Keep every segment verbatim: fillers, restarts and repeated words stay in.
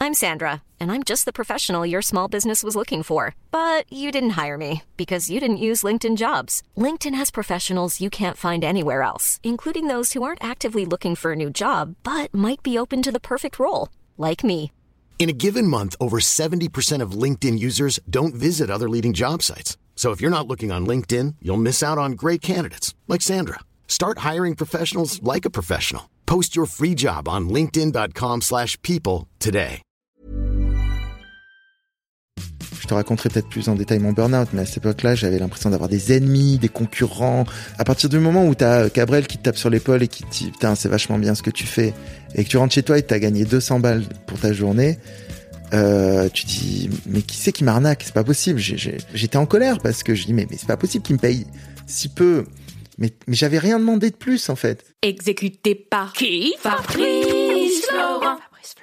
I'm Sandra, and I'm just the professional your small business was looking for. But you didn't hire me because you didn't use LinkedIn Jobs. LinkedIn has professionals you can't find anywhere else, including those who aren't actively looking for a new job, but might be open to the perfect role, like me. In a given month, over seventy percent of LinkedIn users don't visit other leading job sites. So if you're not looking on LinkedIn, you'll miss out on great candidates like Sandra. Start hiring professionals like a professional. Post your free job on linkedin.com slash people today. Je te raconterai peut-être plus en détail mon burn-out, mais à cette époque-là, j'avais l'impression d'avoir des ennemis, des concurrents. À partir du moment où t'as Cabrel qui te tape sur l'épaule et qui te dit « Putain, c'est vachement bien ce que tu fais », et que tu rentres chez toi et que t'as gagné deux cents balles pour ta journée, euh, tu dis « Mais qui c'est qui m'arnaque ? C'est pas possible. » j'ai, j'ai, J'étais en colère parce que je dis « Mais, mais c'est pas possible qu'il me paye si peu. » Mais, mais j'avais rien demandé de plus, en fait. Exécuté par qui ? Fabrice Florent.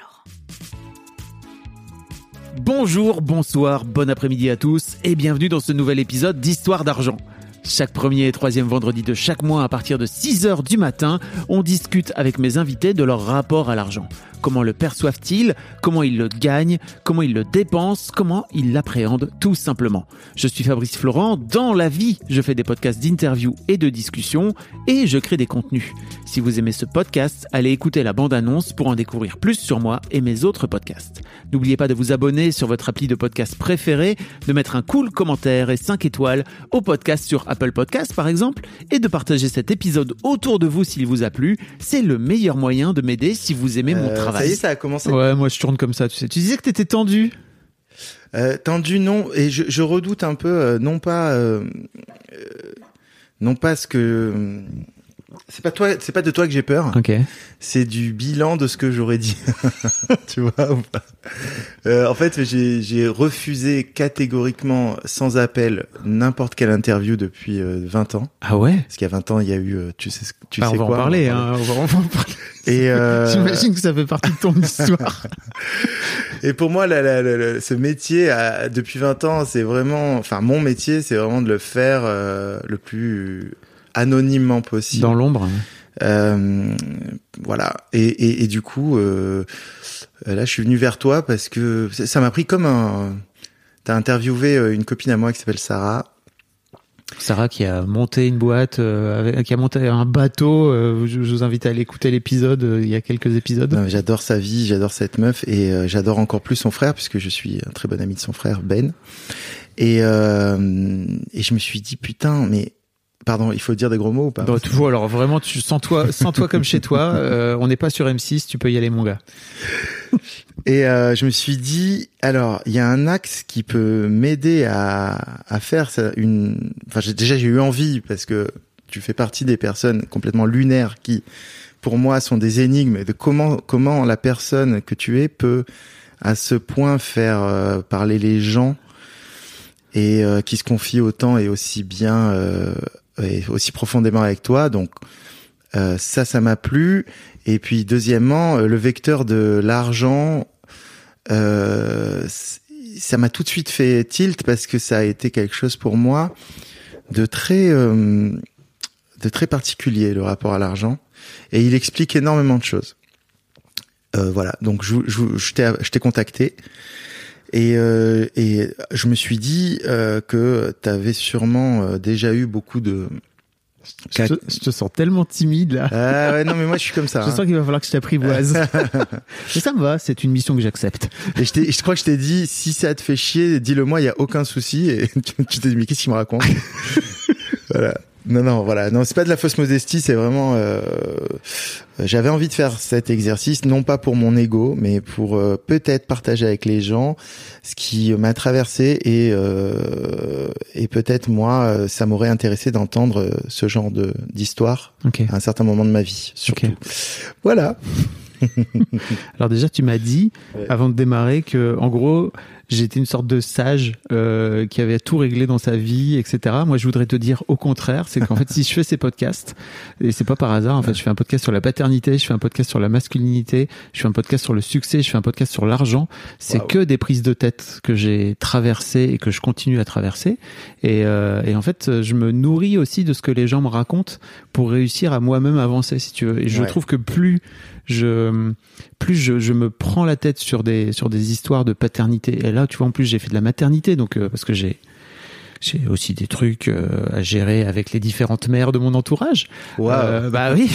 Bonjour, bonsoir, bon après-midi à tous et bienvenue dans ce nouvel épisode d'Histoire d'argent. Chaque premier et troisième vendredi de chaque mois à partir de six heures du matin, on discute avec mes invités de leur rapport à l'argent. Comment le perçoivent-ils ? Comment ils le gagnent ? Comment ils le dépensent ? Comment ils l'appréhendent tout simplement ? Je suis Fabrice Florent. Dans la vie, je fais des podcasts d'interviews et de discussions et je crée des contenus. Si vous aimez ce podcast, allez écouter la bande-annonce pour en découvrir plus sur moi et mes autres podcasts. N'oubliez pas de vous abonner sur votre appli de podcast préféré, de mettre un cool commentaire et cinq étoiles au podcast sur Apple Podcasts par exemple et de partager cet épisode autour de vous s'il vous a plu. C'est le meilleur moyen de m'aider si vous aimez euh, mon travail. Ça y est, ça a commencé. Ouais, moi je tourne comme ça, tu sais. Tu disais que t'étais tendu. Euh, tendu, non. Et je, je redoute un peu, euh, non pas, euh, euh, non pas ce que. Euh, c'est pas toi, c'est pas de toi que j'ai peur. Ok. C'est du bilan de ce que j'aurais dit. Tu vois ou pas ? euh, En fait, j'ai, j'ai refusé catégoriquement, sans appel, n'importe quelle interview depuis euh, vingt ans. Ah ouais ? Parce qu'il y a vingt ans, il y a eu, euh, tu sais, tu bah, sais on quoi ? Va en parler, on va en parler, hein. On va en parler. Et euh... j'imagine que ça fait partie de ton histoire. Et pour moi, la, la, la, ce métier, a, depuis vingt ans, c'est vraiment, enfin, mon métier, c'est vraiment de le faire euh, le plus anonymement possible. Dans l'ombre. Euh, voilà. Et, et, et du coup, euh, là, je suis venu vers toi parce que ça, ça m'a pris comme un. T'as interviewé une copine à moi qui s'appelle Sarah. Sarah qui a monté une boîte, euh, avec, qui a monté un bateau. Euh, je, je vous invite à aller écouter l'épisode. Euh, il y a quelques épisodes. Non, j'adore sa vie, j'adore cette meuf et euh, j'adore encore plus son frère puisque je suis un très bon ami de son frère Ben. Et euh, et je me suis dit putain, mais pardon, il faut dire des gros mots ou pas ? Bon, toujours. Alors vraiment, tu sens toi, sens toi comme chez toi. Euh, on n'est pas sur M six, tu peux y aller, mon gars. Et euh, je me suis dit, alors il y a un axe qui peut m'aider à à faire ça, une. Enfin, j'ai, déjà j'ai eu envie parce que tu fais partie des personnes complètement lunaires qui, pour moi, sont des énigmes de comment comment la personne que tu es peut à ce point faire euh, parler les gens et euh, qui se confient autant et aussi bien euh, et aussi profondément avec toi. Donc euh, ça, ça m'a plu. Et puis deuxièmement, le vecteur de l'argent, euh, ça m'a tout de suite fait tilt parce que ça a été quelque chose pour moi de très, euh, de très particulier, le rapport à l'argent. Et il explique énormément de choses. Euh, voilà. Donc je, je, je t'ai, je t'ai contacté et, euh, et je me suis dit euh, que t'avais sûrement euh, déjà eu beaucoup de Je te, je te sens tellement timide là. Ah ouais, non mais moi je suis comme ça. Je hein. sens qu'il va falloir que je t'apprivoise. Mais ça me va, c'est une mission que j'accepte. Et je, t'ai, je crois que je t'ai dit, si ça te fait chier, dis-le moi, il y a aucun souci. Et tu, tu t'es dit, mais qu'est-ce qu'il me raconte ? Voilà. Non, non, voilà. Non, c'est pas de la fausse modestie, c'est vraiment. Euh, j'avais envie de faire cet exercice, non pas pour mon ego, mais pour euh, peut-être partager avec les gens ce qui m'a traversé et euh, et peut-être moi, ça m'aurait intéressé d'entendre ce genre de d'histoire okay. à un certain moment de ma vie, surtout. Okay. Voilà. Alors déjà, tu m'as dit ouais. avant de démarrer que, en gros, j'étais une sorte de sage euh, qui avait tout réglé dans sa vie, et cetera. Moi, je voudrais te dire au contraire, c'est qu'en fait, si je fais ces podcasts, et c'est pas par hasard, en fait, je fais un podcast sur la paternité, je fais un podcast sur la masculinité, je fais un podcast sur le succès, je fais un podcast sur l'argent. C'est wow. que des prises de tête que j'ai traversées et que je continue à traverser. Et, euh, et en fait, je me nourris aussi de ce que les gens me racontent pour réussir à moi-même avancer, si tu veux. Et je ouais. trouve que plus je plus je, je me prends la tête sur des sur des histoires de paternité. Et là, tu vois, en plus, j'ai fait de la maternité, donc euh, parce que j'ai j'ai aussi des trucs euh, à gérer avec les différentes mères de mon entourage. Wow. Euh, bah oui.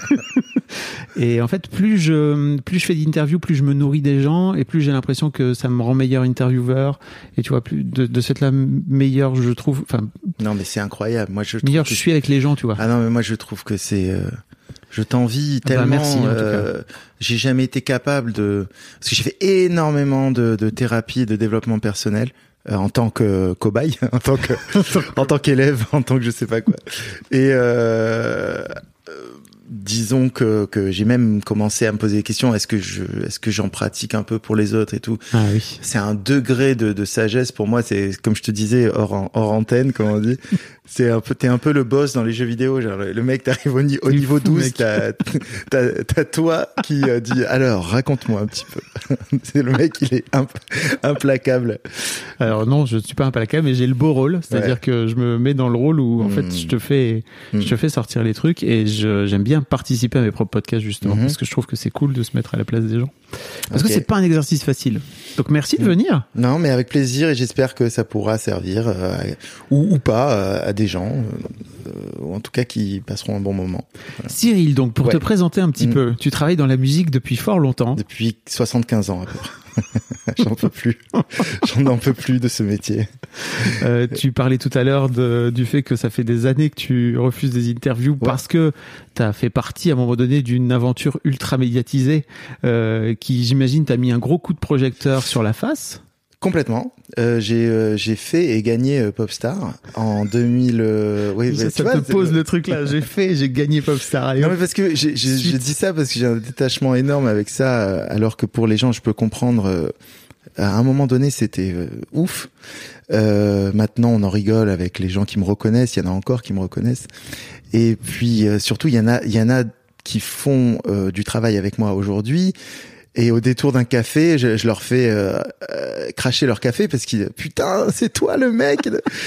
Et en fait, plus je plus je fais d'interviews, plus je me nourris des gens, et plus j'ai l'impression que ça me rend meilleur intervieweur. Et tu vois, plus de, de cette là meilleur, je trouve. Enfin. Non, mais c'est incroyable. Moi, je meilleur que... je suis avec les gens, tu vois. Ah non, mais moi, je trouve que c'est. Euh... Je t'envie tellement. Bah merci, euh, j'ai jamais été capable de. Parce que j'ai fait énormément de, de thérapie et de développement personnel. Euh, en tant que cobaye, en tant que, en tant qu'élève, en tant que je sais pas quoi. Et euh, euh, disons que que j'ai même commencé à me poser des questions. Est-ce que je, est-ce que j'en pratique un peu pour les autres et tout. Ah oui. C'est un degré de, de sagesse pour moi. C'est comme je te disais hors hors antenne, comme on dit. C'est un peu, t'es un peu le boss dans les jeux vidéo. Genre, le mec, t'arrives au, ni- au niveau fou, douze, mec. t'as, t'as, t'as toi qui euh, dit, alors, raconte-moi un petit peu. C'est le mec, il est imp- implacable. Alors non, je ne suis pas implacable, mais j'ai le beau rôle. C'est-à-dire Ouais. que je me mets dans le rôle où, en Mmh. fait, je te fais, Mmh. je te fais sortir les trucs, et je, j'aime bien participer à mes propres podcasts, justement, Mmh. parce que je trouve que c'est cool de se mettre à la place des gens. Parce Ok. que c'est pas un exercice facile. Donc merci de Mmh. venir. Non, mais avec plaisir, et j'espère que ça pourra servir, euh, ou, ou pas, euh, à des gens, euh, ou en tout cas qui passeront un bon moment. Cyril, donc, pour Ouais. te présenter un petit Mmh. peu, tu travailles dans la musique depuis fort longtemps. Depuis soixante-quinze ans, à peu près. J'en peux plus. J'en n'en peux plus de ce métier. Euh, tu parlais tout à l'heure de, du fait que ça fait des années que tu refuses des interviews Ouais. parce que tu as fait partie à un moment donné d'une aventure ultra médiatisée euh, qui, j'imagine, t'a mis un gros coup de projecteur sur la face. Complètement. Euh, j'ai euh, j'ai fait et gagné euh, Popstar en deux mille. Euh, oui, ça bah, ça tu vois, te pose le truc là. J'ai fait, j'ai gagné Popstar. Allez, Non hop. mais parce que j'ai j'ai Suite. j'ai dit ça parce que j'ai un détachement énorme avec ça, euh, alors que pour les gens je peux comprendre. Euh, à un moment donné c'était euh, ouf. Euh, maintenant on en rigole avec les gens qui me reconnaissent. Il y en a encore qui me reconnaissent. Et puis euh, surtout il y en a il y en a qui font euh, du travail avec moi aujourd'hui. Et au détour d'un café, je, je leur fais euh, euh, cracher leur café parce qu'ils putain c'est toi le mec.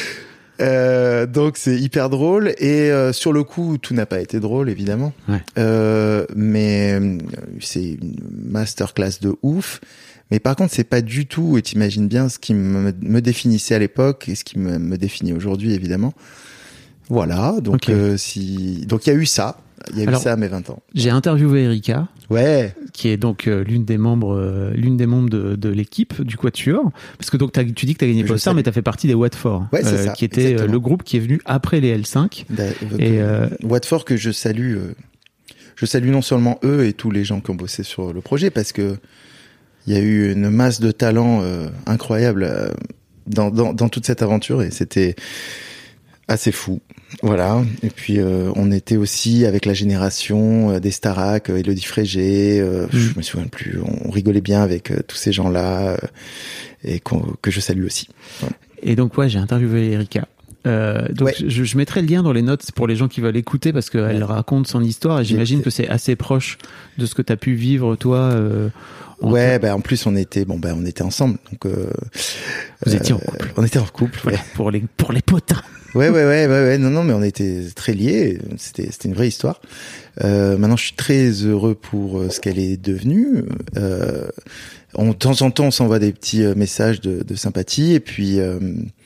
Euh, donc c'est hyper drôle, et euh, sur le coup tout n'a pas été drôle évidemment. Ouais. Euh, mais euh, c'est une masterclass de ouf. Mais par contre c'est pas du tout, et t'imagines bien, ce qui me, me définissait à l'époque et ce qui me, me définit aujourd'hui évidemment. Voilà, donc Ok. euh, si donc il y a eu ça, il y a Alors, eu ça à mes vingt ans. J'ai interviewé Erika, Ouais. qui est donc euh, l'une des membres, euh, l'une des membres de, de l'équipe du Quatuor, parce que donc t'as, tu dis que t'as gagné Je Popstar, salue. mais t'as fait partie des Watford, Ouais, c'est ça, qui était euh, exactement. le groupe qui est venu après les L cinq. Da- Et euh, Watford que je salue, euh, je salue non seulement eux et tous les gens qui ont bossé sur le projet, parce que il y a eu une masse de talents euh, incroyable euh, dans, dans dans toute cette aventure, et c'était assez fou. Voilà. Et puis euh, on était aussi avec la génération euh, des Starac, euh, Élodie Frégé, euh, Mm. je me souviens plus, on rigolait bien avec euh, tous ces gens-là, euh, et qu'on, que je salue aussi. Voilà. Et donc, ouais, j'ai interviewé Erika. Euh, donc, Ouais. je, je mettrai le lien dans les notes pour les gens qui veulent écouter, parce qu'elle Ouais. raconte son histoire, et j'imagine Et- que c'est assez proche de ce que tu as pu vivre, toi. Euh, en Ouais, bah en plus on était bon bah on était ensemble, donc euh, Vous euh, étiez en couple. On était en couple. Voilà, Ouais. pour les pour les potins. Ouais, ouais, ouais, ouais, ouais, non, non, mais on était très liés. C'était, c'était une vraie histoire. Euh, maintenant, je suis très heureux pour euh, ce qu'elle est devenue. Euh, on, de temps en temps, on s'envoie des petits euh, messages de, de sympathie, et puis, euh,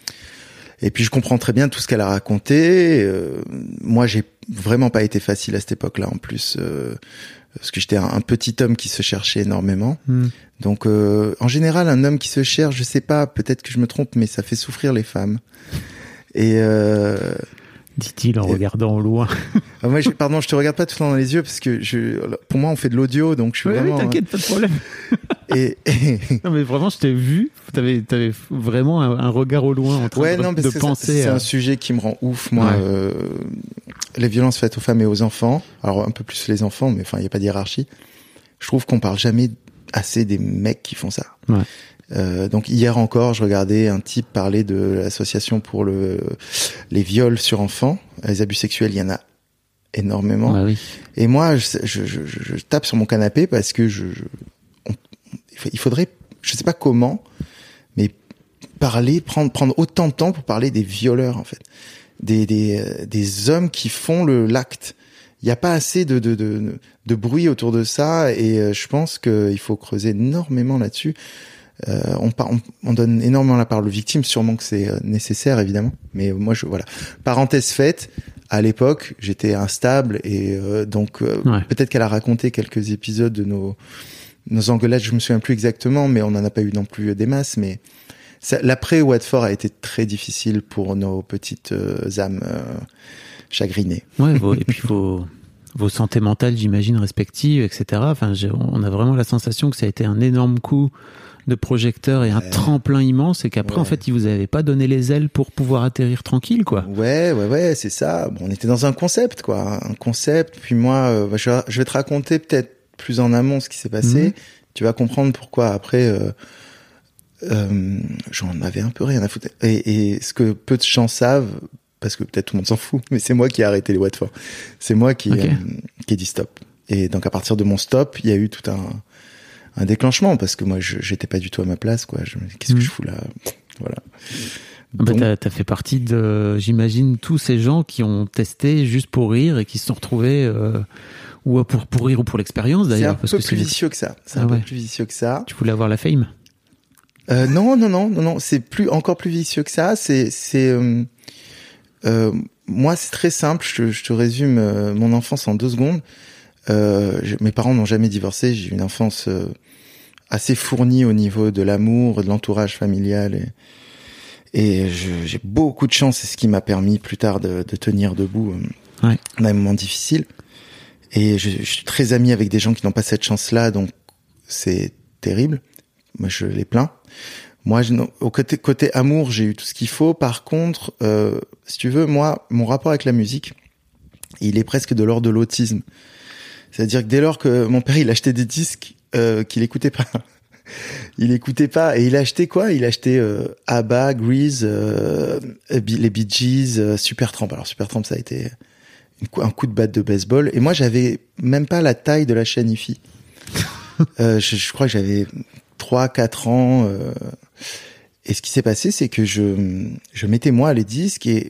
et puis, je comprends très bien tout ce qu'elle a raconté. Euh, moi, j'ai vraiment pas été facile à cette époque-là, en plus, euh, parce que j'étais un, un petit homme qui se cherchait énormément. Hmm. Donc, euh, en général, un homme qui se cherche, je sais pas, peut-être que je me trompe, mais ça fait souffrir les femmes. Et euh, Dit-il en Et- regardant au loin. ah, moi, je, pardon, je te regarde pas tout le temps dans les yeux parce que je, pour moi, on fait de l'audio, donc je suis Oui, oui, vraiment. t'inquiète, pas de problème. Et, et- Non, mais vraiment, je t'ai vu. T'avais, t'avais vraiment un, un regard au loin en train ouais, de, non, parce de que penser. c'est, c'est à... un sujet qui me rend ouf, moi. Ouais. Euh, les violences faites aux femmes et aux enfants. Alors un peu plus les enfants, mais enfin, il y a pas de hiérarchie. Je trouve qu'on parle jamais assez des mecs qui font ça. Ouais. Euh, donc hier encore, je regardais un type parler de l'association pour le les viols sur enfants, les abus sexuels. Il y en a énormément. Ouais, oui. Et moi, je, je, je, je tape sur mon canapé parce que je, je on- il faudrait, je sais pas comment, mais parler, prendre prendre autant de temps pour parler des violeurs en fait, des des, euh, des hommes qui font le l'acte. il y a pas assez de, de de de bruit autour de ça, et euh, je pense que il faut creuser énormément là-dessus. Euh, on, on, on donne énormément la parole aux victimes, sûrement que c'est nécessaire évidemment, mais moi je voilà. Parenthèse faite, à l'époque j'étais instable et euh, donc euh, ouais. peut-être qu'elle a raconté quelques épisodes de nos nos engueulades, je me souviens plus exactement, mais on n'en a pas eu non plus des masses. Mais ça, l'après Watford a été très difficile pour nos petites euh, âmes euh, chagrinées. Ouais, vos, et puis vos vos santé mentales, j'imagine, respectives, et cetera. Enfin, j'ai, on a vraiment la sensation que ça a été un énorme coup de projecteur et un ouais. tremplin immense, et qu'après ouais. en fait ils vous avaient pas donné les ailes pour pouvoir atterrir tranquille, quoi. Ouais ouais ouais c'est ça. Bon, on était dans un concept, quoi, un concept. Puis moi euh, bah, je, je vais te raconter peut-être plus en amont ce qui s'est passé. Mmh. Tu vas comprendre pourquoi après euh, euh, j'en avais un peu rien à foutre. Et, et ce que peu de gens savent, parce que peut-être tout le monde s'en fout, mais c'est moi qui ai arrêté les Watford. C'est moi qui okay. euh, qui ai dit stop. Et donc à partir de mon stop, il y a eu tout un un déclenchement, parce que moi je, j'étais pas du tout à ma place, quoi. Je, qu'est-ce mmh. que je fous là, voilà. Ah bah, t'as, t'as fait partie de, j'imagine, tous ces gens qui ont testé juste pour rire et qui se sont retrouvés euh, ou pour pour rire ou pour l'expérience d'ailleurs. C'est un parce peu que plus c'est... vicieux que ça. C'est ah un ouais. peu plus vicieux que ça. Tu voulais avoir la fame? euh, Non non non non non. C'est plus encore plus vicieux que ça. C'est c'est euh, euh, moi c'est très simple. Je, je te résume euh, mon enfance en deux secondes. Euh, je, mes parents n'ont jamais divorcé. J'ai eu une enfance euh, assez fournie au niveau de l'amour, de l'entourage familial, et, et je, j'ai beaucoup de chance. C'est ce qui m'a permis plus tard de, de tenir debout euh, ouais. dans des moments difficiles. Et je, je suis très ami avec des gens qui n'ont pas cette chance-là, donc c'est terrible. Moi, je les plains. Moi, je, au côté côté amour, j'ai eu tout ce qu'il faut. Par contre, euh, si tu veux, moi, mon rapport avec la musique, il est presque de l'ordre de l'autisme. C'est-à-dire que dès lors que mon père il achetait des disques euh, qu'il écoutait pas, il écoutait pas, et il achetait quoi ? Il achetait euh, ABBA, Grease, euh, les Bee Gees, euh, Supertramp. Alors Supertramp, ça a été une, un coup de batte de baseball. Et moi, j'avais même pas la taille de la chaîne hi-fi. euh, je, je crois que j'avais trois, quatre ans. Euh, et ce qui s'est passé, c'est que je, je mettais moi les disques et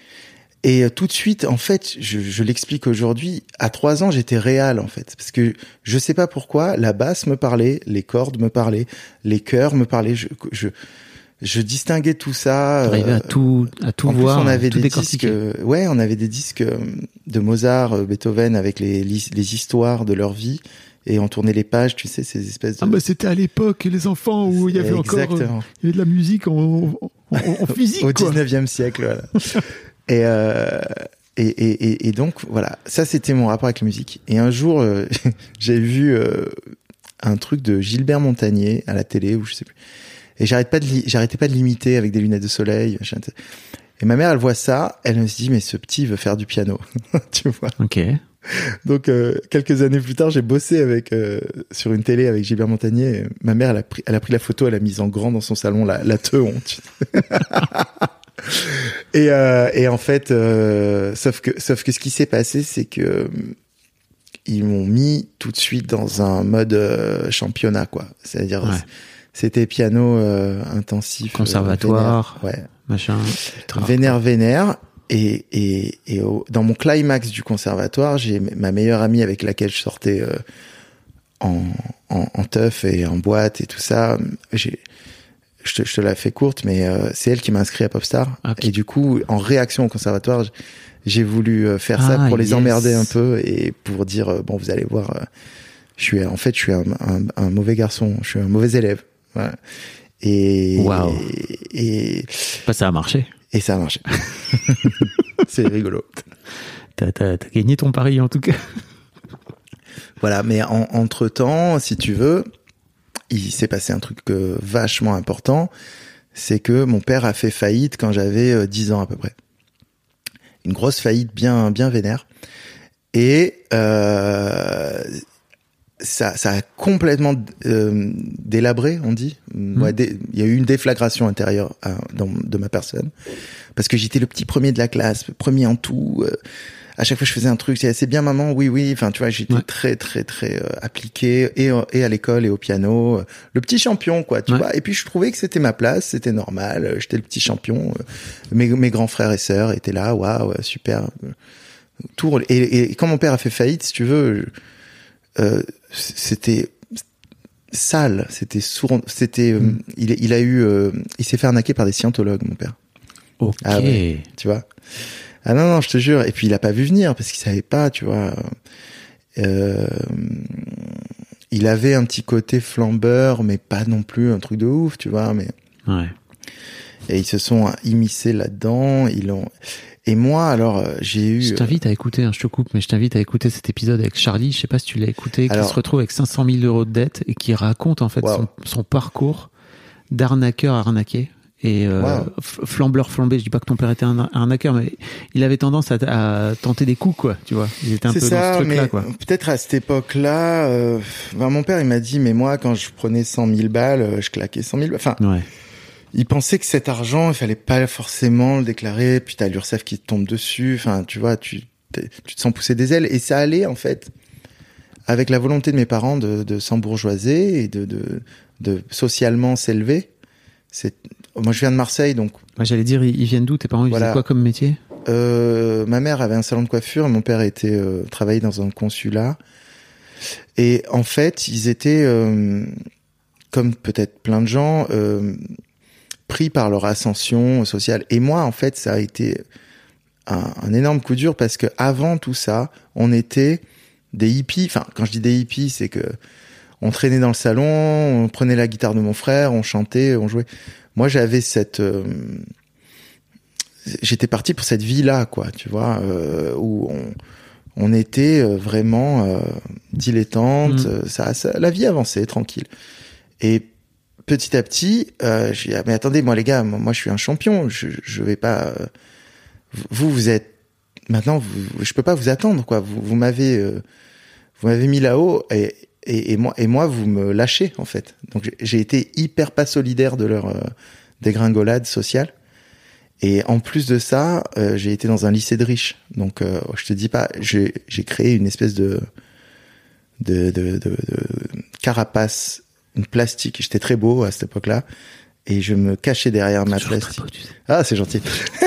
Et tout de suite, en fait, je, je l'explique aujourd'hui, à trois ans, j'étais réal, en fait. Parce que je sais pas pourquoi, la basse me parlait, les cordes me parlaient, les chœurs me parlaient, je, je, je distinguais tout ça. T'arrivais euh, à tout, à tout en voir, plus, on avait tout des disques, euh, ouais, on avait des disques de Mozart, Beethoven, avec les, les histoires de leur vie. Et on tournait les pages, tu sais, ces espèces de... Ah bah c'était à l'époque, les enfants, où il y avait Exactement. encore, euh, il y avait de la musique en, en, en physique, Au quoi. dix-neuvième siècle, voilà. Et, euh, et, et, et donc, voilà, ça c'était mon rapport avec la musique. Et un jour, euh, j'ai vu euh, un truc de Gilbert Montagnier à la télé, ou je sais plus. Et j'arrête pas de li- j'arrêtais pas de l'imiter avec des lunettes de soleil. Et ma mère, elle voit ça, elle me dit, mais ce petit veut faire du piano. Tu vois. Ok. Donc, euh, quelques années plus tard, j'ai bossé avec euh, sur une télé avec Gilbert Montagnier. Et ma mère, elle a pris, elle a pris la photo, elle a mise en grand dans son salon, la, la teon. Tu sais. Et, euh, et en fait, euh, sauf que, sauf que ce qui s'est passé, c'est que euh, ils m'ont mis tout de suite dans un mode euh, championnat, quoi. C'est-à-dire, ouais. c'était piano euh, intensif, conservatoire, euh, vénère, ouais, machin, vénère, vénère. Et, et, et au, dans mon climax du conservatoire, j'ai ma meilleure amie avec laquelle je sortais euh, en, en, en teuf et en boîte et tout ça. J'ai Je te, je te la fais courte, mais euh, c'est elle qui m'a inscrit à Popstar. Okay. Et du coup, en réaction au conservatoire, j'ai voulu euh, faire ah, ça pour les yes. emmerder un peu et pour dire euh, bon, vous allez voir, euh, je suis en fait, je suis un, un, un mauvais garçon, je suis un mauvais élève. Voilà. Et, wow. et, et bah, ça a marché. Et ça a marché. C'est rigolo. T'as, t'as, t'as gagné ton pari en tout cas. Voilà, mais en, entre temps, si tu veux. Il s'est passé un truc euh, vachement important, c'est que mon père a fait faillite quand j'avais euh, dix ans à peu près. Une grosse faillite bien bien vénère. Et euh, ça, ça a complètement euh, délabré, on dit. Mmh. Ouais, dé, il y a eu une déflagration intérieure à, dans, de ma personne. Parce que j'étais le petit premier de la classe, premier en tout. Euh, à chaque fois je faisais un truc, c'est bien maman, oui oui, enfin tu vois, j'étais ouais. très très très euh, appliqué et et à l'école et au piano, euh, le petit champion quoi, tu ouais. vois. Et puis je trouvais que c'était ma place, c'était normal, j'étais le petit champion. Euh, mes mes grands frères et sœurs étaient là, waouh, super. tout roulait. Et, et quand mon père a fait faillite, si tu veux, euh, c'était sale, c'était sourd, c'était, mm. euh, il, il a eu, euh, il s'est fait arnaquer par des scientologues, mon père. Ok. Ah ouais, tu vois. Ah non, non, je te jure. Et puis il a pas vu venir parce qu'il savait pas, tu vois. Euh, il avait un petit côté flambeur, mais pas non plus un truc de ouf, tu vois. Mais ouais. Et ils se sont immiscés là-dedans. Ils ont. Et moi, alors, j'ai eu. Je t'invite à écouter. Hein, je te coupe, mais je t'invite à écouter cet épisode avec Charlie. Je sais pas si tu l'as écouté, alors... qui se retrouve avec cinq cent mille euros de dette et qui raconte en fait wow. son, son parcours d'arnaqueur arnaqué. Et euh, wow. flambeur flambé, je dis pas que ton père était un arnaqueur, mais il avait tendance à, à tenter des coups, quoi, tu vois. Il était un c'est peu ça, dans ce truc-là, mais quoi. Peut-être à cette époque-là, euh, ben mon père, il m'a dit, mais moi, quand je prenais cent mille balles, je claquais cent mille balles. Enfin, ouais. il pensait que cet argent, il fallait pas forcément le déclarer, puis t'as l'URSSAF qui te tombe dessus, enfin, tu vois, tu, tu te sens pousser des ailes, et ça allait, en fait, avec la volonté de mes parents de, de s'embourgeoiser et de, de, de socialement s'élever. C'est, moi, je viens de Marseille, donc. Moi, j'allais dire, ils viennent d'où? Tes parents, ils voilà. faisaient quoi comme métier? Euh, ma mère avait un salon de coiffure, et mon père était euh, travaillait dans un consulat. Et en fait, ils étaient, euh, comme peut-être plein de gens, euh, pris par leur ascension sociale. Et moi, en fait, ça a été un, un énorme coup dur parce que avant tout ça, on était des hippies. Enfin, quand je dis des hippies, c'est que on traînait dans le salon, on prenait la guitare de mon frère, on chantait, on jouait. Moi, j'avais cette... Euh, j'étais parti pour cette vie-là, quoi, tu vois, euh, où on, on était vraiment euh, dilettante. Mmh. Ça, ça, la vie avançait, tranquille. Et petit à petit, euh, j'ai dit, ah, mais attendez, moi, les gars, moi, moi, je suis un champion. Je, je vais pas... Euh, vous, vous êtes... Maintenant, vous, je peux pas vous attendre, quoi. Vous, vous m'avez... Euh, vous m'avez mis là-haut et... Et, et moi, et moi, vous me lâchez en fait. Donc j'ai, j'ai été hyper pas solidaire de leur euh, dégringolade sociale. Et en plus de ça, euh, j'ai été dans un lycée de riches. Donc euh, je te dis pas, j'ai, j'ai créé une espèce de de, de, de, de carapace, une plastique. J'étais très beau à cette époque-là, et je me cachais derrière ma plastique. Beau, tu sais. Ah, c'est gentil.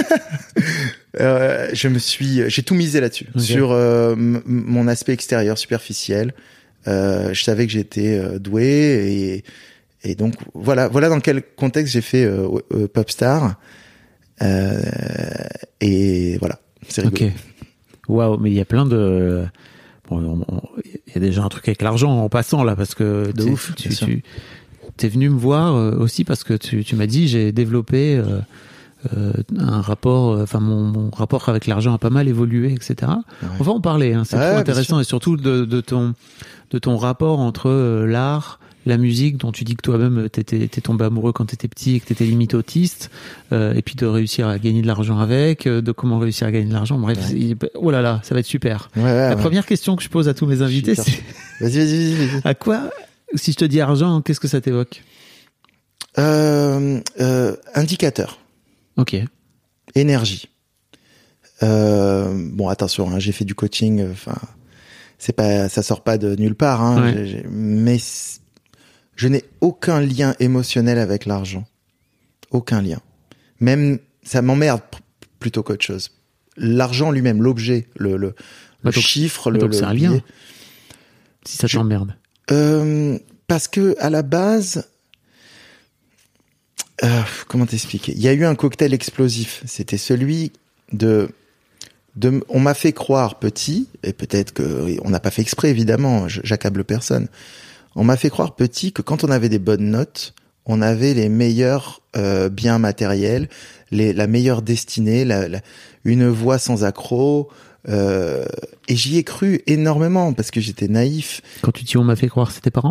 euh, je me suis, j'ai tout misé là-dessus, okay. sur euh, m- mon aspect extérieur superficiel. Euh, je savais que j'étais euh, doué et, et donc voilà, voilà dans quel contexte j'ai fait euh, euh, Popstar euh, et voilà, c'est rigolo. Ok. Waouh, mais il y a plein de, bon, il y a déjà un truc avec l'argent en passant là parce que de ouf. Tu, tu t'es venu me voir aussi parce que tu, tu m'as dit j'ai développé euh, euh, un rapport, enfin mon, mon rapport avec l'argent a pas mal évolué, et cetera. Ouais. On va en parler, hein, c'est ouais, trop intéressant et surtout de, de ton de ton rapport entre euh, l'art, la musique, dont tu dis que toi-même t'étais, t'es tombé amoureux quand t'étais petit et que t'étais limite autiste, euh, et puis de réussir à gagner de l'argent avec, euh, de comment réussir à gagner de l'argent. Bref, ouais. oh là là, ça va être super. Ouais, ouais, la ouais. première question que je pose à tous mes invités, c'est vas-y, vas-y, vas-y. À quoi, si je te dis argent, qu'est-ce que ça t'évoque? euh, euh, Indicateur. Ok. Énergie. Euh, bon, attention, hein, j'ai fait du coaching. Enfin. Euh, C'est pas, ça sort pas de nulle part, hein. Ouais. J'ai, j'ai, mais je n'ai aucun lien émotionnel avec l'argent. Aucun lien. Même, ça m'emmerde plutôt qu'autre chose. L'argent lui-même, l'objet, le, le, bah le donc, chiffre, bah le, donc le c'est un lien. Si ça t'emmerde. Euh, parce que, à la base, euh, comment t'expliquer? Il y a eu un cocktail explosif. C'était celui de, De, on m'a fait croire petit, et peut-être que on n'a pas fait exprès, évidemment, j'accable personne. On m'a fait croire petit que quand on avait des bonnes notes, on avait les meilleurs euh, biens matériels, les, la meilleure destinée, la, la, une voix sans accroc. Euh, et j'y ai cru énormément parce que j'étais naïf. Quand tu dis on m'a fait croire, c'est tes parents ?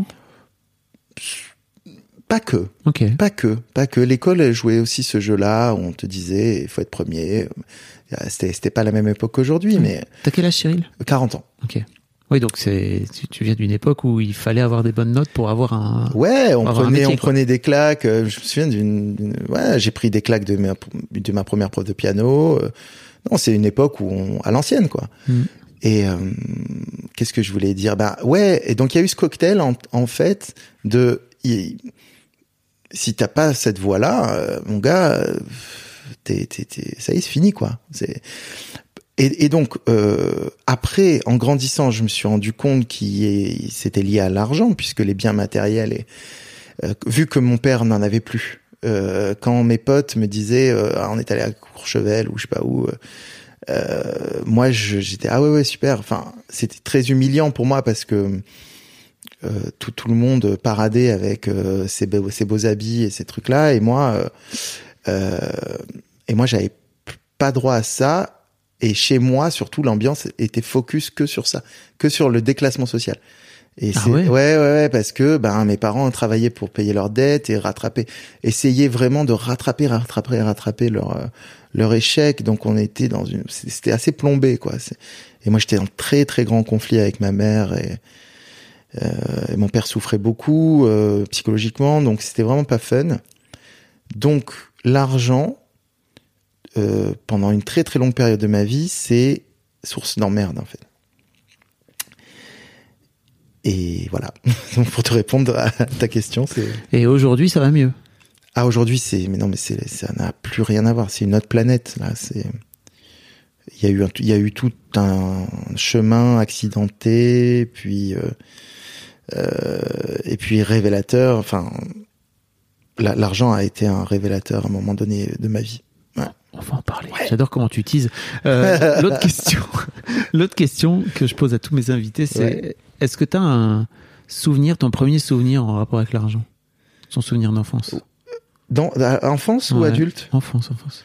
Pas que. Ok. Pas que. Pas que. L'école elle jouait aussi ce jeu-là où on te disait il faut être premier. C'était, c'était pas la même époque qu'aujourd'hui, mmh. mais. T'as quel âge, Cyril ? quarante ans. Ok. Oui, donc c'est, tu, tu viens d'une époque où il fallait avoir des bonnes notes pour avoir un. Ouais, on prenait, métier, on prenait des claques. Je me souviens d'une, d'une, ouais, j'ai pris des claques de ma, de ma première prof de piano. Non, c'est une époque où on, à l'ancienne, quoi. Mmh. Et euh, qu'est-ce que je voulais dire ? Bah ouais. Et donc il y a eu ce cocktail en, en fait de. Il, si t'as pas cette voix-là, euh, mon gars, euh, t'es, t'es, t'es, ça y est, c'est fini, quoi. C'est Et, et donc, euh, après, en grandissant, je me suis rendu compte qu'il est, c'était lié à l'argent, puisque les biens matériels, et, euh, vu que mon père n'en avait plus, euh, quand mes potes me disaient, euh, ah, on est allé à Courchevel ou je sais pas où, euh, moi, je, j'étais, ah ouais, ouais, super. Enfin, c'était très humiliant pour moi parce que euh, tout, tout le monde paradait avec euh, ses, beaux, ses beaux habits et ces trucs-là, et moi, euh, euh, et moi, j'avais pas droit à ça. Et chez moi, surtout, l'ambiance était focus que sur ça, que sur le déclassement social. Et ah c'est, ouais. ouais, ouais, ouais, parce que, ben, mes parents travaillaient pour payer leurs dettes et rattraper, essayer vraiment de rattraper, rattraper, rattraper leur, euh, leur échec. Donc, on était dans une, c'était assez plombé, quoi. C'est, et moi, j'étais en très, très grand conflit avec ma mère et, euh, et mon père souffrait beaucoup, euh, psychologiquement. Donc, c'était vraiment pas fun. Donc, l'argent, Euh, pendant une très très longue période de ma vie, c'est source d'emmerde en fait. Et voilà. Donc pour te répondre à ta question, c'est. Et aujourd'hui, ça va mieux. Ah aujourd'hui, c'est mais non mais c'est ça n'a plus rien à voir. C'est une autre planète là. C'est il y a eu un... il y a eu tout un chemin accidenté, puis euh... Euh... et puis révélateur. Enfin, la... l'argent a été un révélateur à un moment donné de ma vie. Ouais. On va en parler. Ouais. J'adore comment tu teases. Euh, l'autre question, l'autre question que je pose à tous mes invités, c'est ouais. Est-ce que tu as un souvenir, ton premier souvenir en rapport avec l'argent, son souvenir d'enfance? Dans enfance ou ouais. adulte? Enfance, enfance.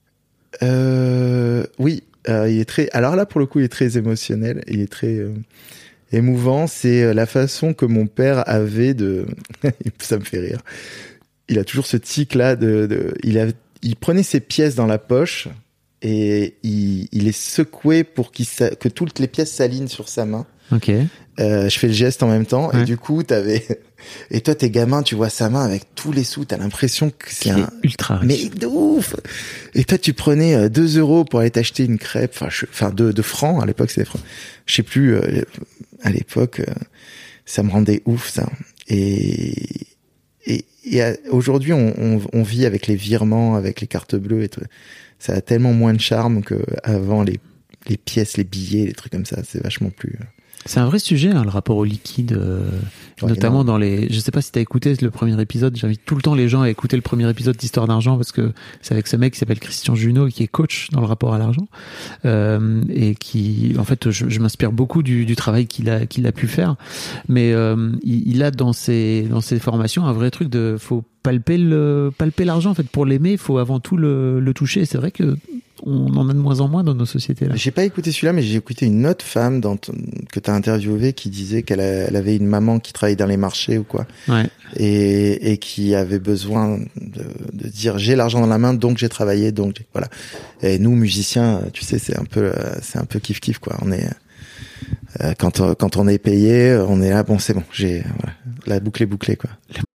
Euh, oui, euh, il est très. Alors là, pour le coup, il est très émotionnel. Il est très euh, émouvant. C'est la façon que mon père avait de. Ça me fait rire. Il a toujours ce tic-là de. de... Il a. Il prenait ses pièces dans la poche et il, il les secouait pour qu'il sa... que toutes les pièces s'alignent sur sa main. Ok. Euh, je fais le geste en même temps ouais. Et du coup, t'avais et toi, t'es gamin, tu vois sa main avec tous les sous, t'as l'impression que c'est il un est ultra riche. Mais de ouf. Et toi, tu prenais deux euros pour aller t'acheter une crêpe, enfin, je... enfin deux, deux francs à l'époque, c'était francs. Je sais plus. Euh, à l'époque, euh, ça me rendait ouf ça. Et Et, et à, aujourd'hui, on, on, on vit avec les virements, avec les cartes bleues et tout. Ça a tellement moins de charme qu'avant les, les pièces, les billets, les trucs comme ça. C'est vachement plus... C'est un vrai sujet, hein, le rapport au liquide, euh, ouais, notamment dans les... Je sais pas si t'as écouté le premier épisode, j'invite tout le temps les gens à écouter le premier épisode d'Histoire d'argent parce que c'est avec ce mec qui s'appelle Christian Junot qui est coach dans le rapport à l'argent euh, et qui, en fait, je, je m'inspire beaucoup du, du travail qu'il a, qu'il a pu faire, mais euh, il, il a dans ses, dans ses formations un vrai truc de... faut palper le, palper l'argent, en fait, pour l'aimer, il faut avant tout le, le toucher. C'est vrai que on en a de moins en moins dans nos sociétés là. J'ai pas écouté celui-là, mais j'ai écouté une autre femme dans ton, que t'as interviewée qui disait qu'elle a, elle avait une maman qui travaillait dans les marchés ou quoi, ouais. et, et qui avait besoin de, de dire j'ai l'argent dans la main donc j'ai travaillé donc j'ai, voilà. Et nous musiciens, tu sais, c'est un peu c'est un peu kiff kiff quoi. On est euh, quand on, quand on est payé, on est là bon c'est bon j'ai voilà, la boucle est bouclée quoi.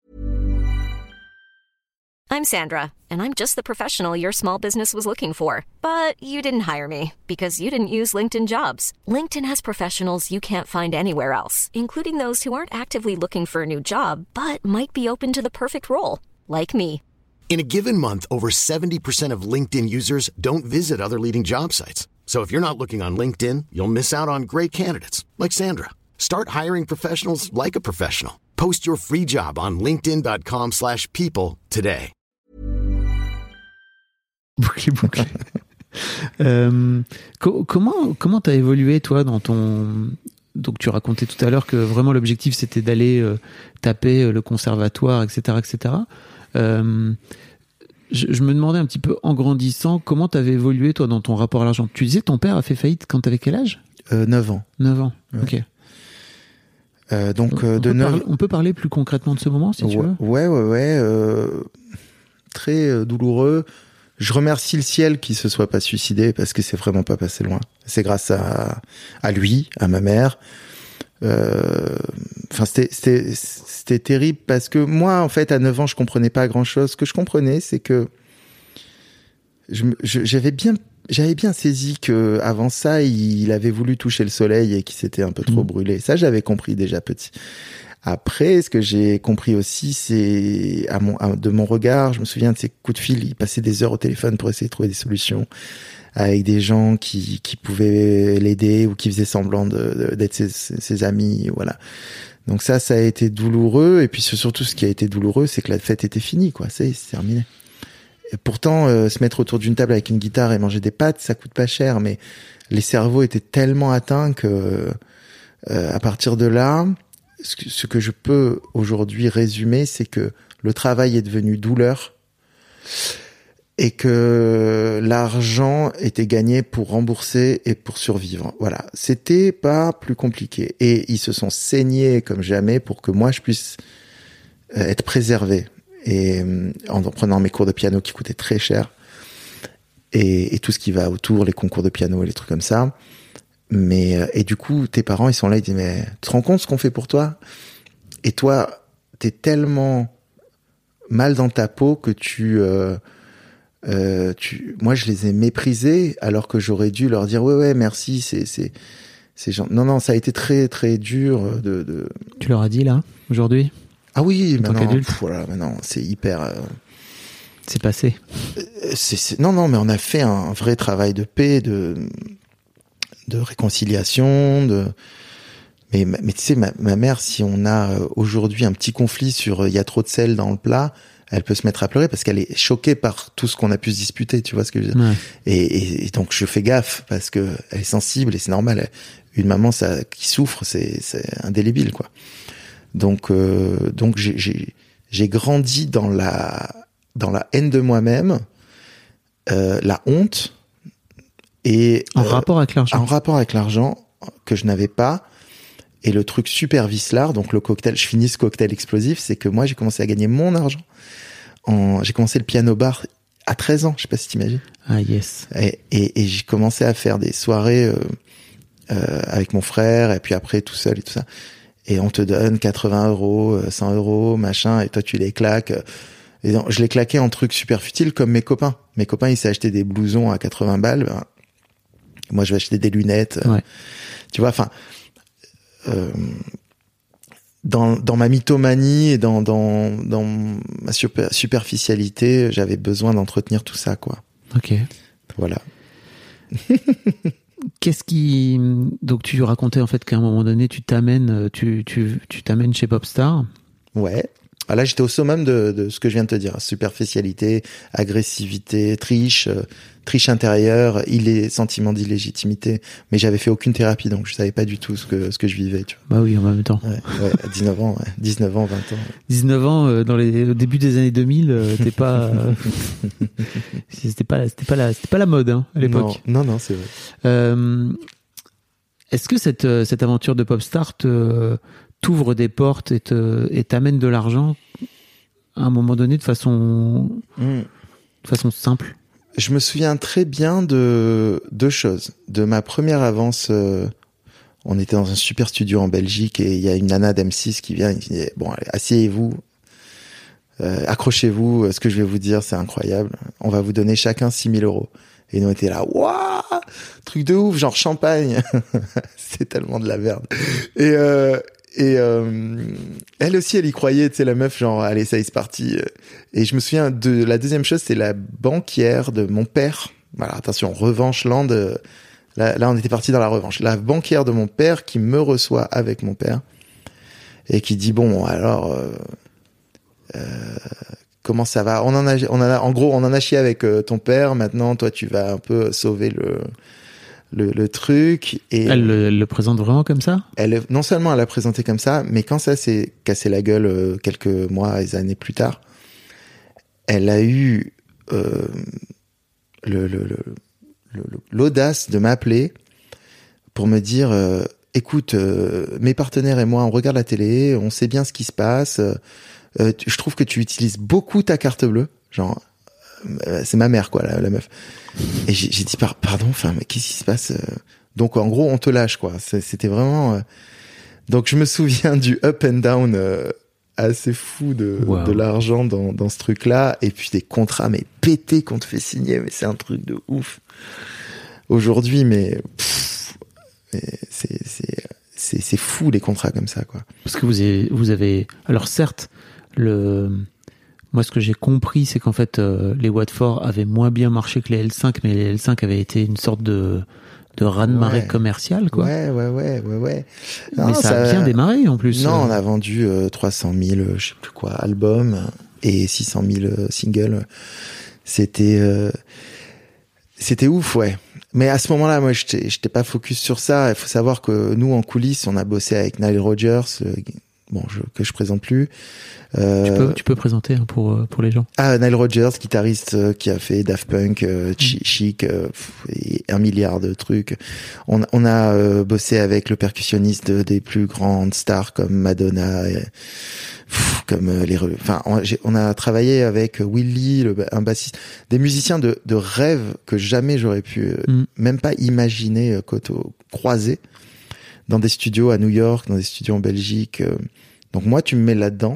I'm Sandra, and I'm just the professional your small business was looking for. But you didn't hire me because you didn't use LinkedIn Jobs. LinkedIn has professionals you can't find anywhere else, including those who aren't actively looking for a new job, but might be open to the perfect role, like me. In a given month, over seventy percent of LinkedIn users don't visit other leading job sites. So if you're not looking on LinkedIn, you'll miss out on great candidates, like Sandra. Start hiring professionals like a professional. Post your free job on linkedin.com slash people today. Bouclé, bouclé. euh, co- comment comment t'as évolué toi dans ton donc tu racontais tout à l'heure que vraiment l'objectif c'était d'aller euh, taper le conservatoire, et cetera, et cetera. Euh, je, je me demandais un petit peu en grandissant comment t'avais évolué toi dans ton rapport à l'argent. Tu disais ton père a fait faillite quand t'avais quel âge? euh, neuf ans. neuf ans. Ouais. Ok. Euh, donc euh, on, de peut neuf... parler, on peut parler plus concrètement de ce moment si ouais, tu veux. Ouais ouais ouais. Euh, très euh, douloureux. Je remercie le ciel qu'il se soit pas suicidé parce que c'est vraiment pas passé loin. C'est grâce à à lui, à ma mère. Euh, enfin, c'était c'était c'était terrible parce que moi, en fait, à neuf ans, je comprenais pas grand chose. Ce que je comprenais, c'est que je, je j'avais bien j'avais bien saisi que avant ça, il avait voulu toucher le soleil et qu'il s'était un peu trop mmh. brûlé. Ça, j'avais compris déjà petit. Après, ce que j'ai compris aussi, c'est à mon, à, de mon regard, je me souviens de ces coups de fil, il passait des heures au téléphone pour essayer de trouver des solutions avec des gens qui, qui pouvaient l'aider ou qui faisaient semblant de, de, d'être ses, ses amis, voilà. Donc ça, ça a été douloureux. Et puis surtout, ce qui a été douloureux, c'est que la fête était finie, quoi. C'est, c'est terminé. Et pourtant, euh, se mettre autour d'une table avec une guitare et manger des pâtes, ça coûte pas cher, mais les cerveaux étaient tellement atteints que, euh, à partir de là, ce que, ce que je peux aujourd'hui résumer, c'est que le travail est devenu douleur et que l'argent était gagné pour rembourser et pour survivre. Voilà. C'était pas plus compliqué. Et ils se sont saignés comme jamais pour que moi je puisse être préservé. Et en prenant mes cours de piano qui coûtaient très cher et, et tout ce qui va autour, les concours de piano et les trucs comme ça. Mais et du coup, tes parents, ils sont là, ils disent mais tu te rends compte ce qu'on fait pour toi? Et toi, t'es tellement mal dans ta peau que tu, euh, euh, tu, moi, je les ai méprisés alors que j'aurais dû leur dire ouais ouais merci, c'est c'est c'est genre non non, ça a été très très dur de. de... Tu leur as dit là aujourd'hui? Ah oui, en maintenant, tant qu'adulte. pff, voilà, maintenant, c'est hyper. Euh, c'est passé. C'est, c'est, non, non, mais on a fait un vrai travail de paix, de, de réconciliation, de. Mais, mais tu sais, ma, ma mère, si on a aujourd'hui un petit conflit sur il y a trop de sel dans le plat, elle peut se mettre à pleurer parce qu'elle est choquée par tout ce qu'on a pu se disputer, tu vois ce que je veux dire. Ouais. Et, et, et donc je fais gaffe parce que elle est sensible et c'est normal. Une maman ça qui souffre, c'est, c'est indélébile, quoi. Donc, euh, donc j'ai, j'ai, j'ai grandi dans la, dans la haine de moi-même, euh, la honte et en euh, rapport avec l'argent. En rapport avec l'argent que je n'avais pas. Et le truc super vicelard, donc le cocktail, je finis ce cocktail explosif, c'est que moi j'ai commencé à gagner mon argent. En, j'ai commencé le piano bar à treize ans, je sais pas si t'imagines. Ah yes. Et, et, et j'ai commencé à faire des soirées euh, euh, avec mon frère et puis après tout seul et tout ça. Et on te donne quatre-vingts euros, cent euros, machin, et toi tu les claques. Et donc, je les claquais en trucs super futiles comme mes copains. Mes copains, ils s'achetaient des blousons à quatre-vingts balles. Ben, moi, je vais acheter des lunettes. Ouais. Tu vois, enfin, euh, dans, dans ma mythomanie et dans, dans, dans ma super, superficialité, j'avais besoin d'entretenir tout ça, quoi. Ok. Voilà. Qu'est-ce qui donc tu racontais en fait qu'à un moment donné tu t'amènes tu tu tu t'amènes chez Popstar. Ouais. Ah là j'étais au summum de de ce que je viens de te dire, superficialité, agressivité, triche, euh, triche intérieure, illé, sentiment d'illégitimité, mais j'avais fait aucune thérapie donc je savais pas du tout ce que ce que je vivais, tu vois. Bah oui, en même temps. Ouais, ouais, à dix-neuf ans, ouais. dix-neuf ans, vingt ans. Ouais. dix-neuf ans euh, dans les au début des années deux mille, euh, t'es pas euh, c'était pas c'était pas la c'était pas la mode hein, à l'époque. Non, non, non, c'est vrai. Euh, est-ce que cette cette aventure de Popstar te t'ouvre des portes et te et t'amène de l'argent à un moment donné de façon mmh. de façon simple? Je me souviens très bien de deux choses. De ma première avance, euh, on était dans un super studio en Belgique et il y a une nana d'M six qui vient et qui dit « Bon, allez, asseyez-vous, euh, accrochez-vous, ce que je vais vous dire, c'est incroyable. On va vous donner chacun six mille euros. » Et nous, on était là « Waouh, truc de ouf, genre champagne. » C'est tellement de la merde. Et... Euh, Et euh, elle aussi, elle y croyait, tu sais, la meuf, genre, allez, ça y est, c'est parti. Et je me souviens de la deuxième chose, c'est la banquière de mon père. Voilà, attention, revanche land. Là, là, on était parti dans la revanche. La banquière de mon père qui me reçoit avec mon père et qui dit bon, alors, euh, euh, comment ça va? On en a, on en a, en gros, on en a chié avec euh, ton père. Maintenant, toi, tu vas un peu sauver le. Le, le truc et elle le, elle le présente vraiment comme ça. Elle non seulement elle l'a présenté comme ça, mais quand ça s'est cassé la gueule euh, quelques mois et années plus tard, elle a eu euh, le, le, le, le, l'audace de m'appeler pour me dire euh, écoute, euh, mes partenaires et moi on regarde la télé, on sait bien ce qui se passe. Euh, je trouve que tu utilises beaucoup ta carte bleue, genre. C'est ma mère, quoi, la, la meuf. Et j'ai, j'ai dit, par, pardon, enfin, mais qu'est-ce qui se passe? Donc, en gros, on te lâche, quoi. C'était vraiment... Donc, je me souviens du up and down euh, assez fou de, wow. de l'argent dans, dans ce truc-là. Et puis, des contrats, mais pétés qu'on te fait signer. Mais c'est un truc de ouf. Aujourd'hui, mais... Pff, mais c'est, c'est, c'est, c'est fou les contrats comme ça, quoi. Parce que vous avez, vous avez, alors certes, le, moi ce que j'ai compris, c'est qu'en fait euh, les Watford avaient moins bien marché que les L cinq, mais les L cinq avaient été une sorte de de raz-de-marée ouais. commercial, quoi. Ouais, ouais, ouais, ouais, ouais. Non, mais ça, ça a bien démarré en plus. Non, euh... on a vendu euh, trois cent mille, je sais plus quoi, albums et six cent mille euh, singles. C'était, euh, c'était ouf, ouais. Mais à ce moment-là, moi, j'étais, j'étais pas focus sur ça. Il faut savoir que nous, en coulisses, on a bossé avec Nile Rodgers, euh, bon, je, que je présente plus. Euh, tu peux, tu peux présenter hein, pour pour les gens. Ah, Nile Rodgers, guitariste euh, qui a fait Daft Punk, euh, Ch- Chic, euh, et un milliard de trucs. On, on a euh, bossé avec le percussionniste de, des plus grandes stars comme Madonna, et, pff, comme euh, les. Enfin, on, on a travaillé avec Willy, le, un bassiste, des musiciens de, de rêve que jamais j'aurais pu, euh, mm. même pas imaginer euh, côté croiser dans des studios à New York, dans des studios en Belgique. Euh. Donc moi, tu me mets là-dedans.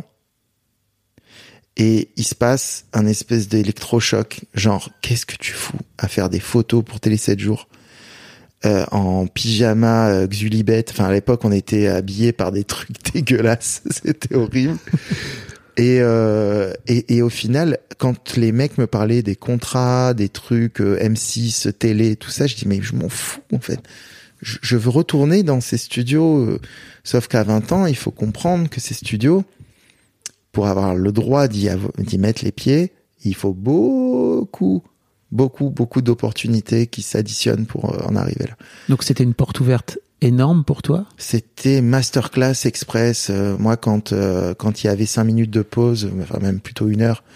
Et il se passe un espèce d'électrochoc, genre qu'est-ce que tu fous à faire des photos pour Télé sept jours euh, en pyjama euh, Xulibet. Enfin à l'époque on était habillés par des trucs dégueulasses, c'était horrible. et, euh, et et au final quand les mecs me parlaient des contrats, des trucs euh, M six, télé, tout ça, je dis mais je m'en fous en fait. Je, je veux retourner dans ces studios, euh, sauf qu'à vingt ans il faut comprendre que ces studios, pour avoir le droit d'y, av- d'y mettre les pieds, il faut beaucoup, beaucoup, beaucoup d'opportunités qui s'additionnent pour euh, en arriver là. Donc c'était une porte ouverte énorme pour toi ? C'était masterclass express. Euh, moi, quand euh, quand il y avait cinq minutes de pause, enfin même plutôt une heure,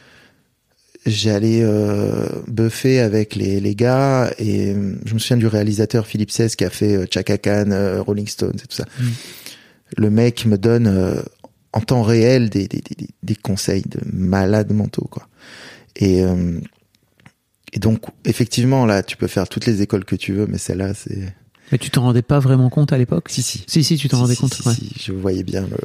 j'allais euh, buffer avec les les gars et euh, je me souviens du réalisateur Philippe Seize qui a fait euh, Chaka Khan, euh, Rolling Stones et tout ça. Mmh. Le mec me donne euh, en temps réel des, des, des, des conseils de malades mentaux, quoi. Et, euh, et donc, effectivement, là, tu peux faire toutes les écoles que tu veux, mais celle-là, c'est... Mais tu t'en rendais pas vraiment compte à l'époque ? Si, si. Si, si, tu t'en si, rendais si, compte, si, ouais. Si, je voyais bien le...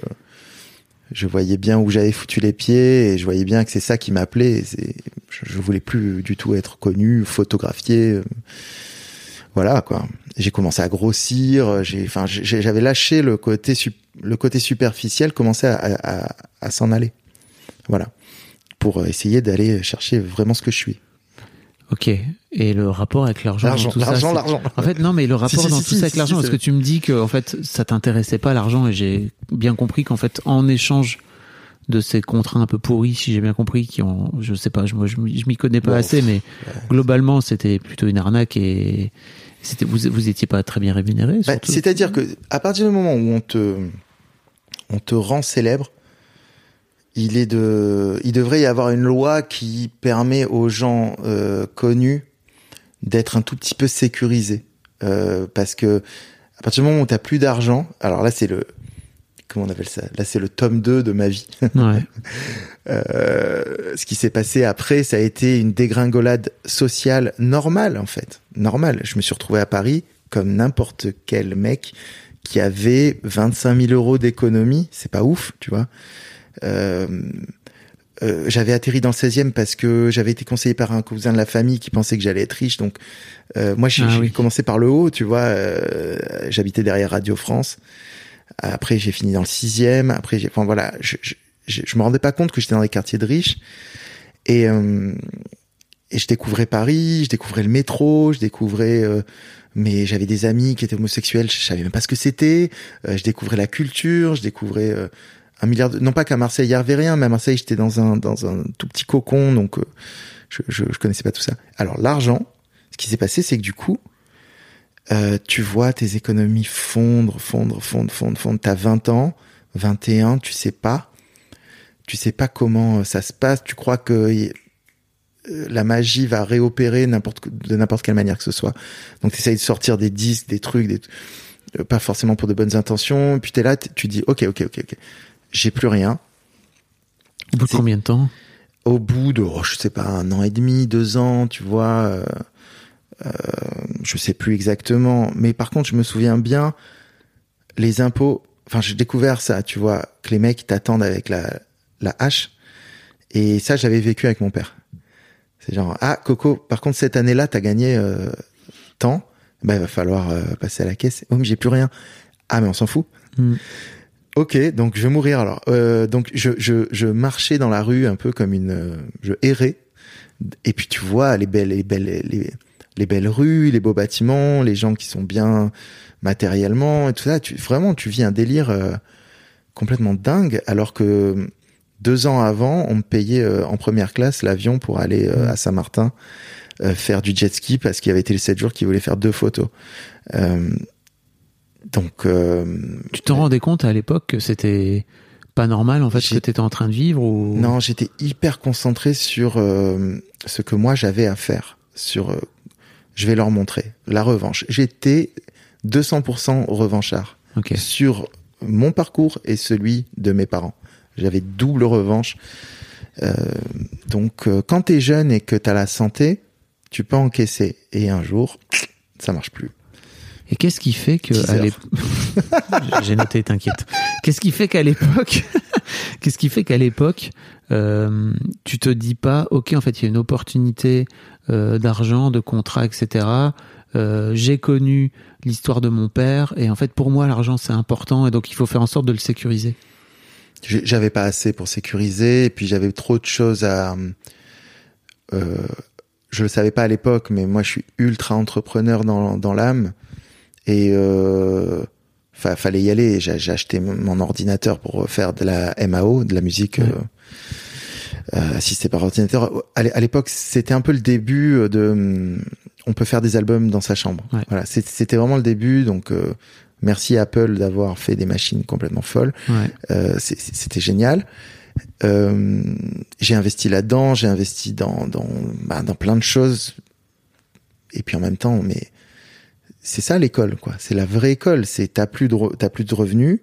Je voyais bien où j'avais foutu les pieds et je voyais bien que c'est ça qui m'appelait. C'est... Je, je voulais plus du tout être connu, photographié. Voilà, quoi. J'ai commencé à grossir, j'ai, enfin, j'ai, j'avais lâché le côté, le côté superficiel, commençait à, à, à s'en aller. Voilà. Pour essayer d'aller chercher vraiment ce que je suis. Ok. Et le rapport avec l'argent, l'argent, dans tout l'argent, ça, l'argent. En fait, non, mais le rapport si, si, dans si, tout si, ça avec si, l'argent, si, parce que tu me dis que, en fait, ça t'intéressait pas l'argent, et j'ai bien compris qu'en fait, en échange de ces contrats un peu pourris, si j'ai bien compris, qui ont, je sais pas, je, moi, je, je m'y connais pas bon, assez, mais ouais. Globalement, c'était plutôt une arnaque et c'était, vous, vous étiez pas très bien rémunéré. Bah, c'est-à-dire que, à partir du moment où on te, on te rend célèbre, il est de, il devrait y avoir une loi qui permet aux gens euh, connus d'être un tout petit peu sécurisés, euh, parce que à partir du moment où t'as plus d'argent, alors là c'est le, comment on appelle ça ? Là c'est le tome deux de ma vie. Ouais. euh, ce qui s'est passé après, ça a été une dégringolade sociale normale en fait, normale. Je me suis retrouvé à Paris comme n'importe quel mec qui avait vingt-cinq mille euros d'économie, c'est pas ouf, tu vois. Euh, euh, j'avais atterri dans le seizième parce que j'avais été conseillé par un cousin de la famille qui pensait que j'allais être riche. Donc, euh, moi, j'ai, ah, j'ai oui. commencé par le haut, tu vois. Euh, j'habitais derrière Radio France. Après, j'ai fini dans le sixième. Après, j'ai, enfin voilà, je, je, je, je me rendais pas compte que j'étais dans les quartiers de riches. Et, euh, et je découvrais Paris, je découvrais le métro, je découvrais. Euh, mais j'avais des amis qui étaient homosexuels, je savais même pas ce que c'était. Euh, je découvrais la culture, je découvrais. Euh, un milliard de... non pas qu'à Marseille il y avait rien, mais à Marseille j'étais dans un dans un tout petit cocon, donc euh, je, je je connaissais pas tout ça. Alors l'argent, ce qui s'est passé, c'est que du coup euh, tu vois tes économies fondre fondre fondre fondre fondre t'as vingt ans, vingt et un, tu sais pas tu sais pas comment ça se passe, tu crois que y... la magie va réopérer n'importe de n'importe quelle manière que ce soit, donc t'essayes de sortir des disques, des trucs, des pas forcément pour de bonnes intentions, et puis t'es là, tu dis ok ok ok ok j'ai plus rien. Au bout de combien de temps ? Au bout de, oh, je sais pas, un an et demi, deux ans, tu vois. Euh, euh, je sais plus exactement. Mais par contre, je me souviens bien, les impôts, enfin, j'ai découvert ça, tu vois, que les mecs t'attendent avec la, la hache. Et ça, j'avais vécu avec mon père. C'est genre, ah, Coco, par contre, cette année-là, t'as gagné euh, tant. Bah, il va falloir euh, passer à la caisse. Oh, mais j'ai plus rien. Ah, mais on s'en fout. Mm. Ok, donc je vais mourir alors. Euh, donc je, je, je marchais dans la rue un peu comme une... Euh, je errais. Et puis tu vois les belles, les belles, les, les belles rues, les beaux bâtiments, les gens qui sont bien matériellement et tout ça. Tu, vraiment, tu vis un délire euh, complètement dingue, alors que deux ans avant, on me payait euh, en première classe l'avion pour aller euh, à Saint-Martin euh, faire du jet ski parce qu'il y avait été les sept jours qui voulaient faire deux photos. Euh, donc, euh, tu t'en rendais compte à l'époque que c'était pas normal en fait ce que t'étais en train de vivre ou... Non, j'étais hyper concentré sur euh, ce que moi j'avais à faire. Sur, euh, je vais leur montrer la revanche. J'étais deux cents pour cent revanchard okay. sur mon parcours et celui de mes parents. J'avais double revanche. Euh, donc, euh, quand t'es jeune et que t'as la santé, tu peux encaisser. Et un jour, ça marche plus. Et qu'est-ce qui fait que à l'époque... j'ai noté, t'inquiète. Qu'est-ce qui fait qu'à l'époque, qu'est-ce qui fait qu'à l'époque, euh, tu te dis pas, ok, en fait, il y a une opportunité euh, d'argent, de contrat, et cetera. Euh, j'ai connu l'histoire de mon père et en fait, pour moi, l'argent c'est important et donc il faut faire en sorte de le sécuriser. J'avais pas assez pour sécuriser et puis j'avais trop de choses à. Euh, je le savais pas à l'époque, mais moi, je suis ultra entrepreneur dans dans l'âme. Et euh, fa- fallait y aller. J'ai, j'ai acheté mon ordinateur pour faire de la M A O, de la musique ouais. euh, euh, assistée par ordinateur. À l'époque, c'était un peu le début de. On peut faire des albums dans sa chambre. Ouais. Voilà, c'était vraiment le début. Donc, euh, merci Apple d'avoir fait des machines complètement folles. Ouais. Euh, c'était génial. Euh, j'ai investi là-dedans. J'ai investi dans dans bah, dans plein de choses. Et puis en même temps, mais c'est ça l'école, quoi. C'est la vraie école. C'est t'as plus de re, t'as plus de revenus.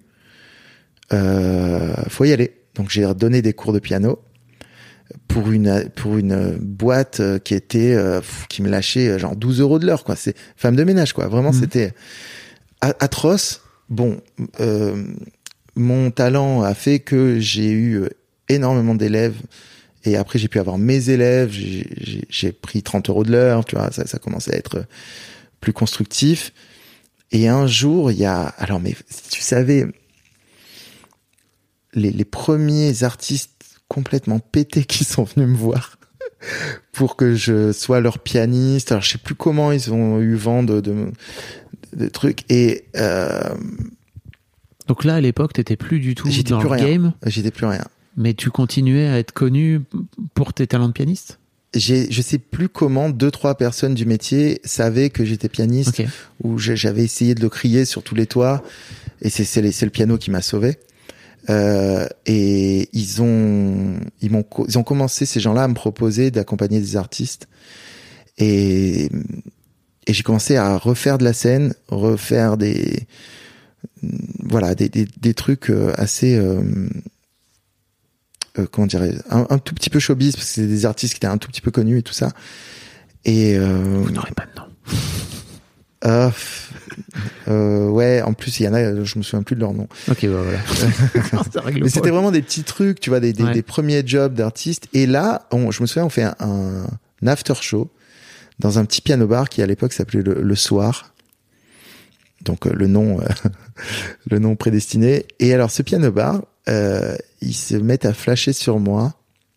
Euh, faut y aller. Donc j'ai donné des cours de piano pour une pour une boîte qui était euh, qui me lâchait genre douze euros de l'heure, quoi. C'est femme de ménage, quoi. Vraiment, mmh. C'était atroce. Bon, euh, mon talent a fait que j'ai eu énormément d'élèves. Et après, j'ai pu avoir mes élèves. J'ai, j'ai, j'ai pris trente euros de l'heure. Tu vois, ça, ça commençait à être plus constructif. Et un jour, il y a, alors, mais si tu savais, les, les premiers artistes complètement pétés qui sont venus me voir pour que je sois leur pianiste. Alors, je sais plus comment ils ont eu vent de, de, de trucs. Et, euh, donc là, à l'époque, t'étais plus du tout j'étais dans plus le rien. game. J'étais plus rien. Mais tu continuais à être connu pour tes talents de pianiste ? J'ai, je sais plus comment deux, trois personnes du métier savaient que j'étais pianiste, okay. ou j'avais essayé de le crier sur tous les toits, et c'est, c'est, c'est le piano qui m'a sauvé. Euh, et ils ont, ils m'ont, ils ont commencé, ces gens-là, à me proposer d'accompagner des artistes. Et, et j'ai commencé à refaire de la scène, refaire des, voilà, des, des, des trucs assez, euh, Euh, comment dirais un, un tout petit peu showbiz parce que c'est des artistes qui étaient un tout petit peu connus et tout ça. Et euh, vous n'aurez pas de nom. Euh, euh, ouais, en plus il y en a, je me souviens plus de leur nom. Ok, bah voilà. Ça règle. Mais c'était vraiment des petits trucs, tu vois, des, des, ouais. des premiers jobs d'artistes. Et là, on, je me souviens, on fait un, un after show dans un petit piano bar qui à l'époque s'appelait le, le Soir. Donc euh, le nom, euh, le nom prédestiné. Et alors ce piano bar. Euh, ils se mettent à flasher sur moi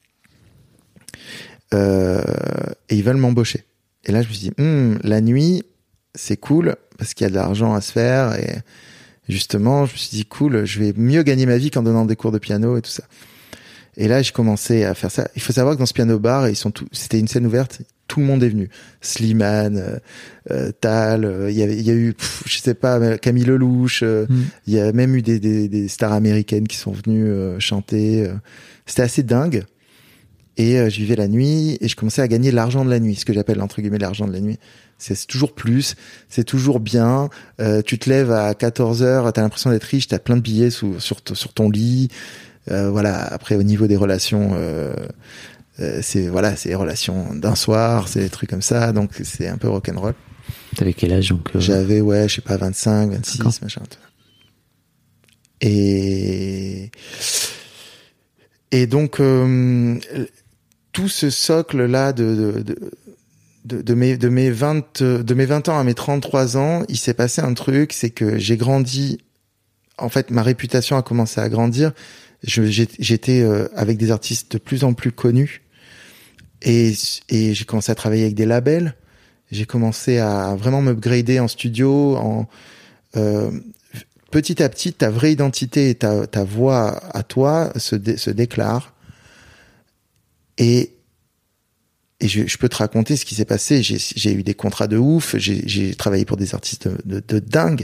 euh, et ils veulent m'embaucher. Et là, je me suis dit, hm, la nuit, c'est cool parce qu'il y a de l'argent à se faire. Et justement, je me suis dit, cool, je vais mieux gagner ma vie qu'en donnant des cours de piano et tout ça. Et là, j'ai commencé à faire ça. Il faut savoir que dans ce piano bar, ils sont tous, c'était une scène ouverte. Tout le monde est venu. Slimane, euh, euh, Tal, il euh, y avait, il y a eu, pff, je sais pas, Camille Lelouch. Il euh, mm. y a même eu des, des, des stars américaines qui sont venues euh, chanter. Euh. C'était assez dingue. Et euh, je vivais la nuit et je commençais à gagner l'argent de la nuit, ce que j'appelle entre guillemets l'argent de la nuit. C'est, c'est toujours plus, c'est toujours bien. Euh, tu te lèves à quatorze heures, t'as l'impression d'être riche, t'as plein de billets sous, sur, sur ton lit. Euh, voilà. Après, au niveau des relations. Euh, Euh, c'est voilà, c'est les relations d'un soir, c'est des trucs comme ça, donc c'est un peu rock'n'roll. T'avais quel âge donc euh... J'avais ouais, je sais pas, vingt-cinq, vingt-six, machin. Et et donc euh, tout ce socle là de de, de de de mes de mes vingt de mes vingt ans à mes trente-trois ans, il s'est passé un truc, c'est que j'ai grandi en fait, ma réputation a commencé à grandir. Je, j'étais euh, avec des artistes de plus en plus connus et, et j'ai commencé à travailler avec des labels. J'ai commencé à vraiment m'upgrader en studio. En, euh, petit à petit, ta vraie identité et ta, ta voix à toi se, dé, se déclarent. Et, et je, je peux te raconter ce qui s'est passé. J'ai, j'ai eu des contrats de ouf. J'ai, j'ai travaillé pour des artistes de, de, de dingue.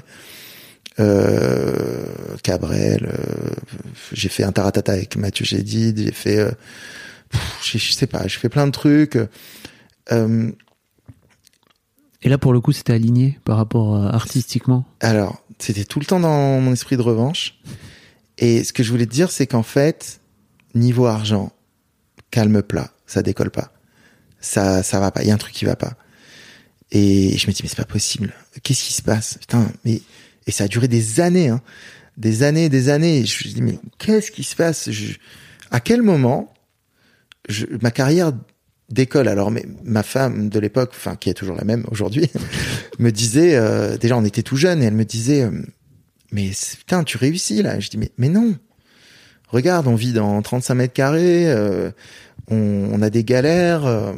Euh, Cabrel, euh, j'ai fait un taratata avec Mathieu Chédid, j'ai fait, euh, pff, je sais pas, j'ai fait plein de trucs. Euh, Et là, pour le coup, c'était aligné par rapport euh, artistiquement. Alors, c'était tout le temps dans mon esprit de revanche. Et ce que je voulais te dire, c'est qu'en fait, niveau argent, calme plat, ça décolle pas, ça, ça va pas. Il y a un truc qui va pas. Et je me dis mais c'est pas possible. Qu'est-ce qui se passe, putain, mais et ça a duré des années, hein, des années, des années. Et je me dis mais qu'est-ce qui se passe je, À quel moment je, ma carrière décolle? Alors mais, ma femme de l'époque, enfin qui est toujours la même aujourd'hui, me disait euh, déjà on était tout jeunes et elle me disait euh, mais putain tu réussis là. Je dis mais mais non. Regarde, on vit dans trente-cinq mètres carrés, euh, on, on a des galères euh,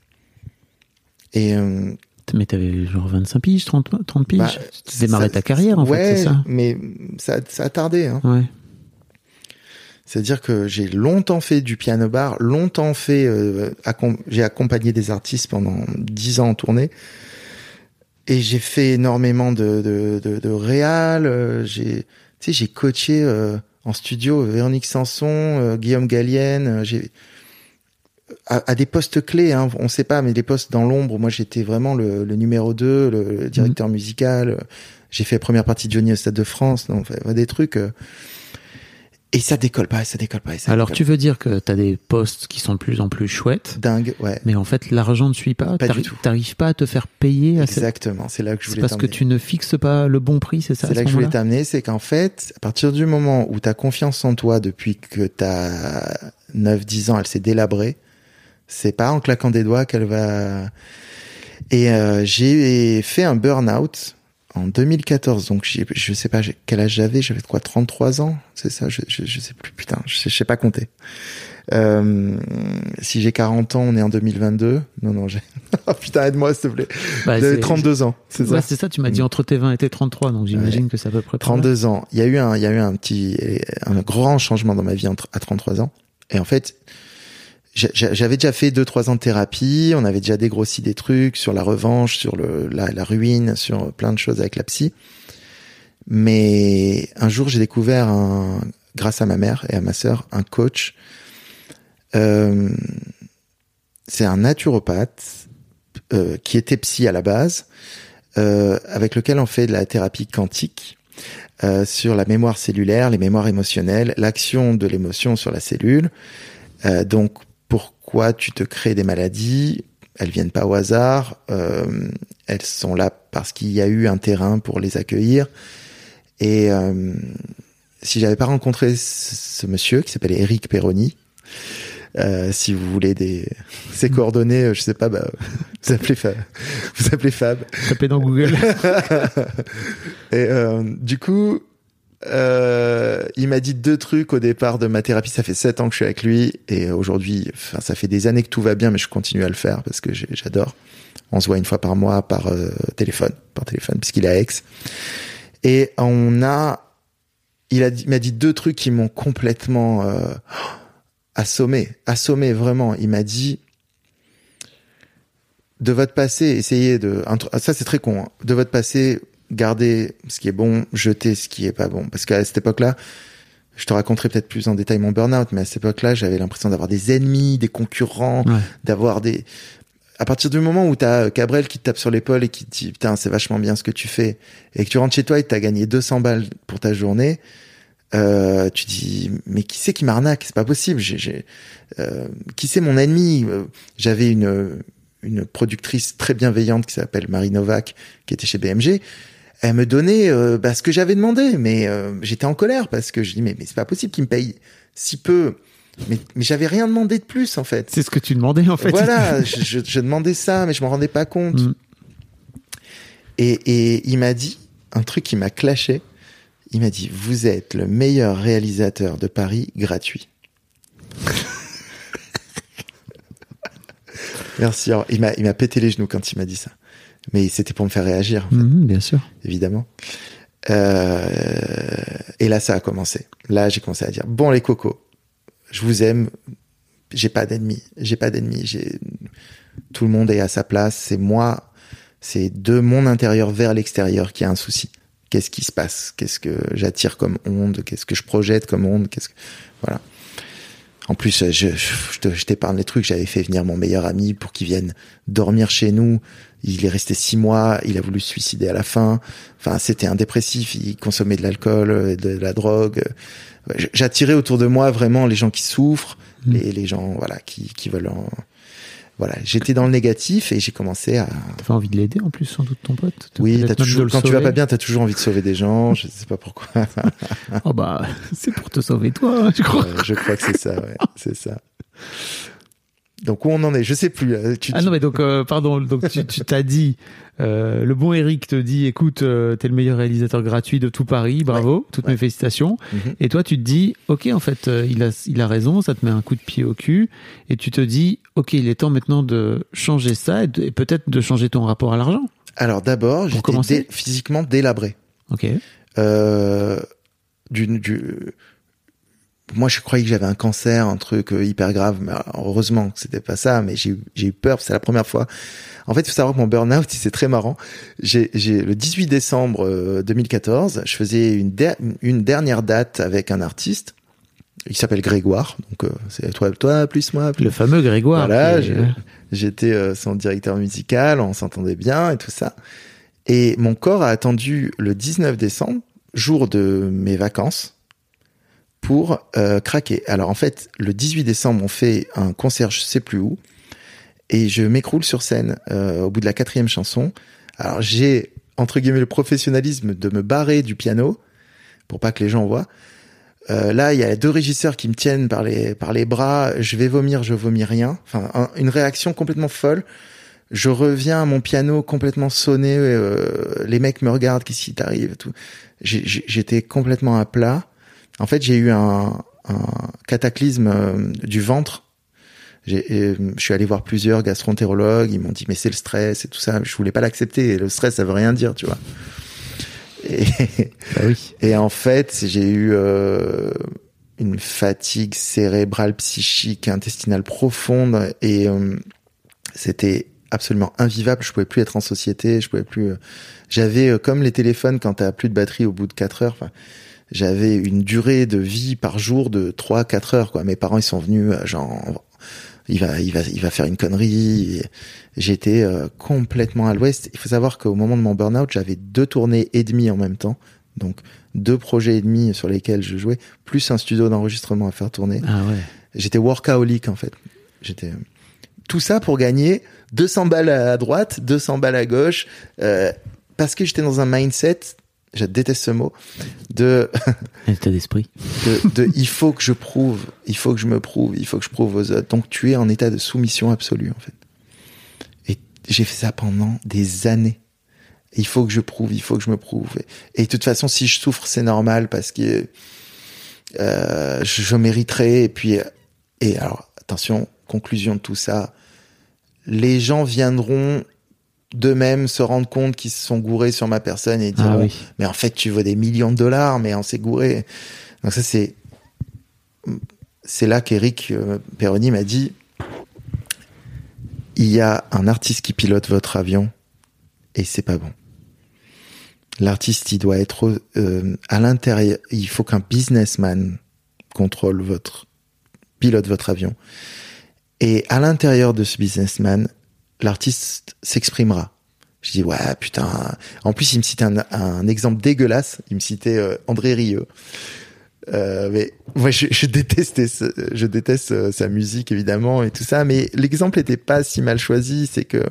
et euh, mais t'avais genre vingt-cinq piges, trente, trente piges. Bah, tu démarrais ta carrière, en ouais, fait, c'est ça? Mais ça, ça a tardé. Hein. Ouais. C'est-à-dire que j'ai longtemps fait du piano bar, longtemps fait, euh, accom- j'ai accompagné des artistes pendant dix ans en tournée. Et j'ai fait énormément de, de, de, de réal. Euh, j'ai, tu sais, j'ai coaché euh, en studio Véronique Sanson, euh, Guillaume Gallienne. Euh, j'ai À, à des postes clés, hein, on sait pas, mais des postes dans l'ombre. Moi, j'étais vraiment le, le numéro deux, le, le directeur mmh. musical. J'ai fait la première partie de Johnny au Stade de France, donc enfin, des trucs. Euh, et ça décolle pas, ça décolle pas. Ça Alors, décolle tu pas. veux dire que t'as des postes qui sont de plus en plus chouettes, dingue, ouais. Mais en fait, l'argent ne suit pas. Pas T'arri- du tout. T'arrives pas à te faire payer. À Exactement, cette... c'est là que je voulais c'est parce t'amener. que tu ne fixes pas le bon prix, c'est ça? C'est là que je voulais t'amener, c'est qu'en fait, à partir du moment où t'as confiance en toi depuis que t'as neuf dix ans, elle s'est délabrée. C'est pas en claquant des doigts qu'elle va... Et euh, j'ai fait un burn-out en deux mille quatorze, donc j'ai, je sais pas quel âge j'avais, j'avais quoi, trente-trois ans, c'est ça, je, je, je sais plus, putain, je sais, je sais pas compter. Euh, si j'ai quarante ans, on est en deux mille vingt-deux. Non, non, j'ai... oh, putain, aide-moi, s'il te plaît. Bah, j'avais trente-deux ans, c'est bah, ça? C'est ça, tu m'as dit entre tes vingt et tes trente-trois, donc j'imagine ouais. que c'est à peu près... trente-deux ans. Il y a eu un, il y a eu un petit, un grand changement dans ma vie à trente-trois ans. Et en fait, j'avais déjà fait deux trois ans de thérapie, on avait déjà dégrossi des trucs sur la revanche, sur le la, la ruine, sur plein de choses avec la psy. Mais un jour, j'ai découvert, un, grâce à ma mère et à ma sœur, un coach. Euh, c'est un naturopathe euh, qui était psy à la base, euh, avec lequel on fait de la thérapie quantique euh, sur la mémoire cellulaire, les mémoires émotionnelles, l'action de l'émotion sur la cellule. Euh, donc pourquoi tu te crées des maladies? Elles viennent pas au hasard, euh, elles sont là parce qu'il y a eu un terrain pour les accueillir. Et euh, si j'avais pas rencontré ce, ce monsieur qui s'appelle Eric Perroni, euh, si vous voulez des ses coordonnées, je sais pas, bah, vous appelez Fab, vous appelez Fab. Tapez dans Google. Et euh, du coup. Euh, il m'a dit deux trucs au départ de ma thérapie. Ça fait sept ans que je suis avec lui et aujourd'hui, enfin, ça fait des années que tout va bien, mais je continue à le faire parce que j'adore. On se voit une fois par mois par euh, téléphone, par téléphone, puisqu'il est à Aix. Et on a, il a dit, il m'a dit deux trucs qui m'ont complètement euh, assommé, assommé vraiment. Il m'a dit, de votre passé, essayez de, ça c'est très con, hein, de votre passé. Garder ce qui est bon, jeter ce qui est pas bon. Parce qu'à cette époque-là, je te raconterai peut-être plus en détail mon burn-out, mais à cette époque-là, j'avais l'impression d'avoir des ennemis, des concurrents, ouais. d'avoir des... À partir du moment où t'as Cabrel qui te tape sur l'épaule et qui te dit « Putain, c'est vachement bien ce que tu fais », et que tu rentres chez toi et que t'as gagné deux cents balles pour ta journée, euh, tu dis « Mais qui c'est qui m'arnaque ? C'est pas possible. J'ai, j'ai, euh, qui c'est mon ennemi ?» J'avais une, une productrice très bienveillante qui s'appelle Marie Novak, qui était chez B M G. Elle me donnait euh, bah, ce que j'avais demandé, mais euh, j'étais en colère parce que je dis mais, mais c'est pas possible qu'il me paye si peu. Mais, mais j'avais rien demandé de plus en fait. C'est ce que tu demandais en fait. Voilà, je, je, je demandais ça, mais je m'en rendais pas compte. Mm. Et, et il m'a dit un truc qui m'a clashé. Il m'a dit, vous êtes le meilleur réalisateur de Paris gratuit. Merci. Alors, il m'a, il m'a pété les genoux quand il m'a dit ça. Mais c'était pour me faire réagir, en fait. Mmh, bien sûr. Évidemment. Euh, et là, ça a commencé. Là, j'ai commencé à dire, bon, les cocos, je vous aime. J'ai pas d'ennemis. J'ai pas d'ennemis. J'ai... Tout le monde est à sa place. C'est moi. C'est de mon intérieur vers l'extérieur qu'il y a un souci. Qu'est-ce qui se passe? Qu'est-ce que j'attire comme onde? Qu'est-ce que je projette comme onde? Qu'est-ce que... Voilà. En plus, je, je, je, je t'épargne les trucs. J'avais fait venir mon meilleur ami pour qu'il vienne dormir chez nous. Il est resté six mois. Il a voulu se suicider à la fin. Enfin, c'était un dépressif. Il consommait de l'alcool, de la drogue. J'attirais autour de moi vraiment les gens qui souffrent, mmh. les, les gens, voilà, qui, qui veulent en... Voilà, j'étais dans le négatif et j'ai commencé à... T'avais envie de l'aider en plus, sans doute, ton pote. Oui, t'as toujours, quand tu vas pas bien, t'as toujours envie de sauver des gens, je sais pas pourquoi. Oh bah, c'est pour te sauver toi, je crois. Euh, je crois que c'est ça, ouais, c'est ça. Donc où on en est, je sais plus. Tu, ah non mais donc euh, pardon, donc tu, tu t'as dit, euh, le bon Eric te dit, écoute, euh, t'es le meilleur réalisateur gratuit de tout Paris, bravo, ouais, toutes ouais. mes félicitations. Mm-hmm. Et toi tu te dis, ok en fait, euh, il a il a raison, ça te met un coup de pied au cul, et tu te dis, ok, il est temps maintenant de changer ça et, de, et peut-être de changer ton rapport à l'argent. Alors d'abord, j'étais dé- physiquement délabré. Ok. Euh, du, du Moi, je croyais que j'avais un cancer, un truc hyper grave. Mais heureusement que c'était pas ça, mais j'ai eu, j'ai eu peur. C'est la première fois. En fait, il faut savoir que mon burn-out, c'est très marrant. J'ai, j'ai le dix-huit décembre deux mille quatorze, je faisais une, der- une dernière date avec un artiste. Il s'appelle Grégoire. Donc, euh, c'est toi, toi plus moi. Plus... Le fameux Grégoire. Voilà. Qui... Je, j'étais euh, son directeur musical. On s'entendait bien et tout ça. Et mon corps a attendu le dix-neuf décembre, jour de mes vacances, pour euh, craquer. Alors en fait, le dix-huit décembre, on fait un concert, je sais plus où, et je m'écroule sur scène euh, au bout de la quatrième chanson. Alors j'ai, entre guillemets, le professionnalisme de me barrer du piano pour pas que les gens voient. Euh, là, il y a deux régisseurs qui me tiennent par les par les bras. Je vais vomir, je vomis rien. Enfin, un, une réaction complètement folle. Je reviens à mon piano complètement sonné. Euh, les mecs me regardent, qu'est-ce qui t'arrive et tout. J'ai, j'ai, j'étais complètement à plat. En fait, j'ai eu un, un cataclysme euh, du ventre. J'ai, euh, je suis allé voir plusieurs gastro-entérologues. Ils m'ont dit, mais c'est le stress et tout ça. Je voulais pas l'accepter. Et le stress, ça veut rien dire, tu vois. Et, bah oui. Et en fait, j'ai eu euh, une fatigue cérébrale, psychique, intestinale profonde. Et euh, c'était absolument invivable. Je pouvais plus être en société. Je pouvais plus... Euh, j'avais, euh, comme les téléphones, quand t'as plus de batterie au bout de quatre heures... J'avais une durée de vie par jour de trois à quatre heures, quoi. Mes parents, ils sont venus, genre, il va, il va, il va faire une connerie. Et j'étais euh, complètement à l'ouest. Il faut savoir qu'au moment de mon burn-out, j'avais deux tournées et demie en même temps. Donc, deux projets et demi sur lesquels je jouais, plus un studio d'enregistrement à faire tourner. Ah ouais. J'étais workaholic, en fait. J'étais, tout ça pour gagner deux cents balles à droite, deux cents balles à gauche, euh, parce que j'étais dans un mindset, je déteste ce mot, de état d'esprit, de, de il faut que je prouve, il faut que je me prouve, il faut que je prouve aux autres. Donc tu es en état de soumission absolue, en fait. Et j'ai fait ça pendant des années. Il faut que je prouve, il faut que je me prouve. Et, et de toute façon, si je souffre, c'est normal parce que euh, je, je mériterai. Et puis, et alors attention, conclusion de tout ça, les gens viendront d'eux-mêmes se rendre compte qu'ils se sont gourés sur ma personne et diront, ah oui. mais en fait tu vaux des millions de dollars, mais on s'est gouré. Donc ça c'est c'est là qu'Éric euh, Perroni m'a dit, il y a un artiste qui pilote votre avion et c'est pas bon. L'artiste il doit être euh, à l'intérieur, il faut qu'un businessman contrôle votre pilote votre avion et à l'intérieur de ce businessman l'artiste s'exprimera. Je dis ouais putain. En plus il me citait un, un exemple dégueulasse. Il me citait euh, André Rieu. Euh, mais moi je, je détestais, ce, je déteste euh, sa musique évidemment et tout ça. Mais l'exemple était pas si mal choisi. C'est que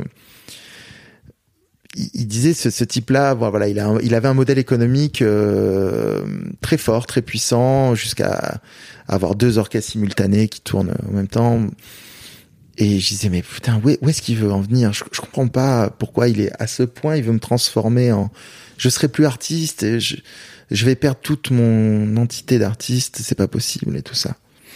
il, il disait ce, ce type-là, bon, voilà, il a, un, il avait un modèle économique euh, très fort, très puissant, jusqu'à avoir deux orchestres simultanés qui tournent en même temps. Et je disais, mais putain, où est, où est-ce qu'il veut en venir? je, je comprends pas pourquoi il est à ce point, il veut me transformer en... Je serai plus artiste, et je, je vais perdre toute mon entité d'artiste, c'est pas possible, et tout ça.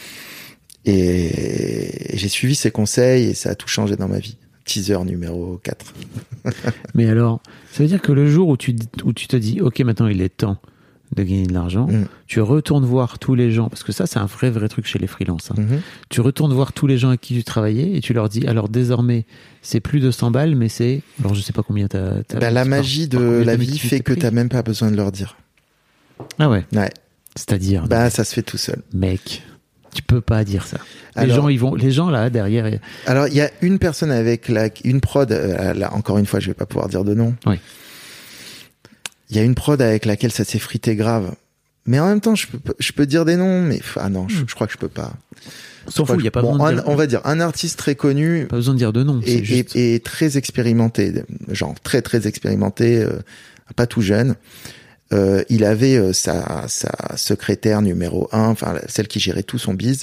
Et, et j'ai suivi ses conseils, et ça a tout changé dans ma vie. Teaser numéro quatre. Mais alors, ça veut dire que le jour où tu, où tu te dis, ok, maintenant il est temps de gagner de l'argent, mmh. tu retournes voir tous les gens, parce que ça c'est un vrai vrai truc chez les freelances, hein. Mmh. Tu retournes voir tous les gens avec qui tu travaillais et tu leur dis, alors désormais c'est plus de cent balles, mais c'est, alors je sais pas combien t'as... t'as bah, la magie de la vie fait que t'as même pas besoin de leur dire. Ah ouais. Ouais. C'est-à-dire bah ça se fait tout seul, mec. Tu peux pas dire ça. Les alors, gens, ils vont, les gens là derrière. Alors il y a une personne avec la, une prod. Euh, là encore une fois, je vais pas pouvoir dire de nom. Oui. Il y a une prod avec laquelle ça s'est frité grave. Mais en même temps, je peux, je peux dire des noms, mais ah non, je, je crois que je peux pas. On s'en fout, il y a pas bon, besoin de un, dire. On va dire un artiste très connu. Pas besoin de dire de nom. Et, juste... et, et très expérimenté, genre très très expérimenté, euh, pas tout jeune. Euh, il avait euh, sa, sa secrétaire numéro un, enfin celle qui gérait tout son bise.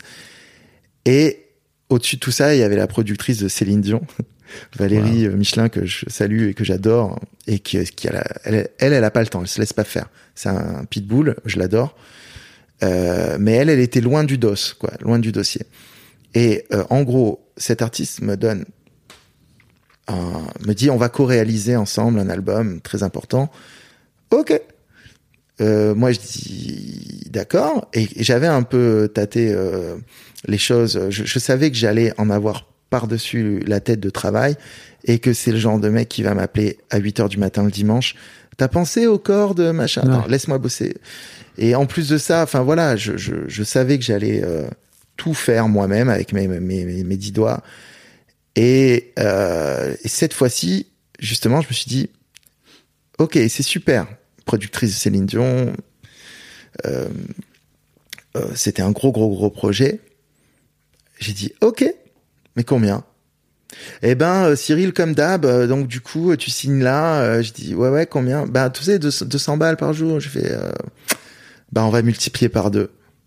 Et au-dessus de tout ça, il y avait la productrice de Céline Dion, Valérie wow. Michelin, que je salue et que j'adore, et qui, qui a la, elle, elle, elle a pas le temps, elle se laisse pas faire. C'est un pitbull, je l'adore. Euh, mais elle, elle était loin du dos, quoi, loin du dossier. Et euh, en gros, cet artiste me donne, un, me dit, on va co-réaliser ensemble un album très important. Ok. Euh, moi, je dis d'accord, et, et j'avais un peu tâté euh, les choses. Je, je savais que j'allais en avoir par-dessus la tête de travail, et que c'est le genre de mec qui va m'appeler à huit heures du matin le dimanche. T'as pensé au corps de machin? Non, laisse-moi bosser. Et en plus de ça, enfin voilà, je, je, je savais que j'allais euh, tout faire moi-même avec mes, mes, mes, mes dix doigts. Et, euh, et cette fois-ci, justement, je me suis dit, ok, c'est super. Productrice de Céline Dion, euh, euh, c'était un gros, gros, gros projet. J'ai dit, ok, mais combien? Eh ben, euh, Cyril, comme d'hab, euh, donc du coup, tu signes là. Euh, je dis, ouais, ouais, combien? Ben, tu sais, deux cents balles par jour. Je fais, euh, ben, on va multiplier par deux.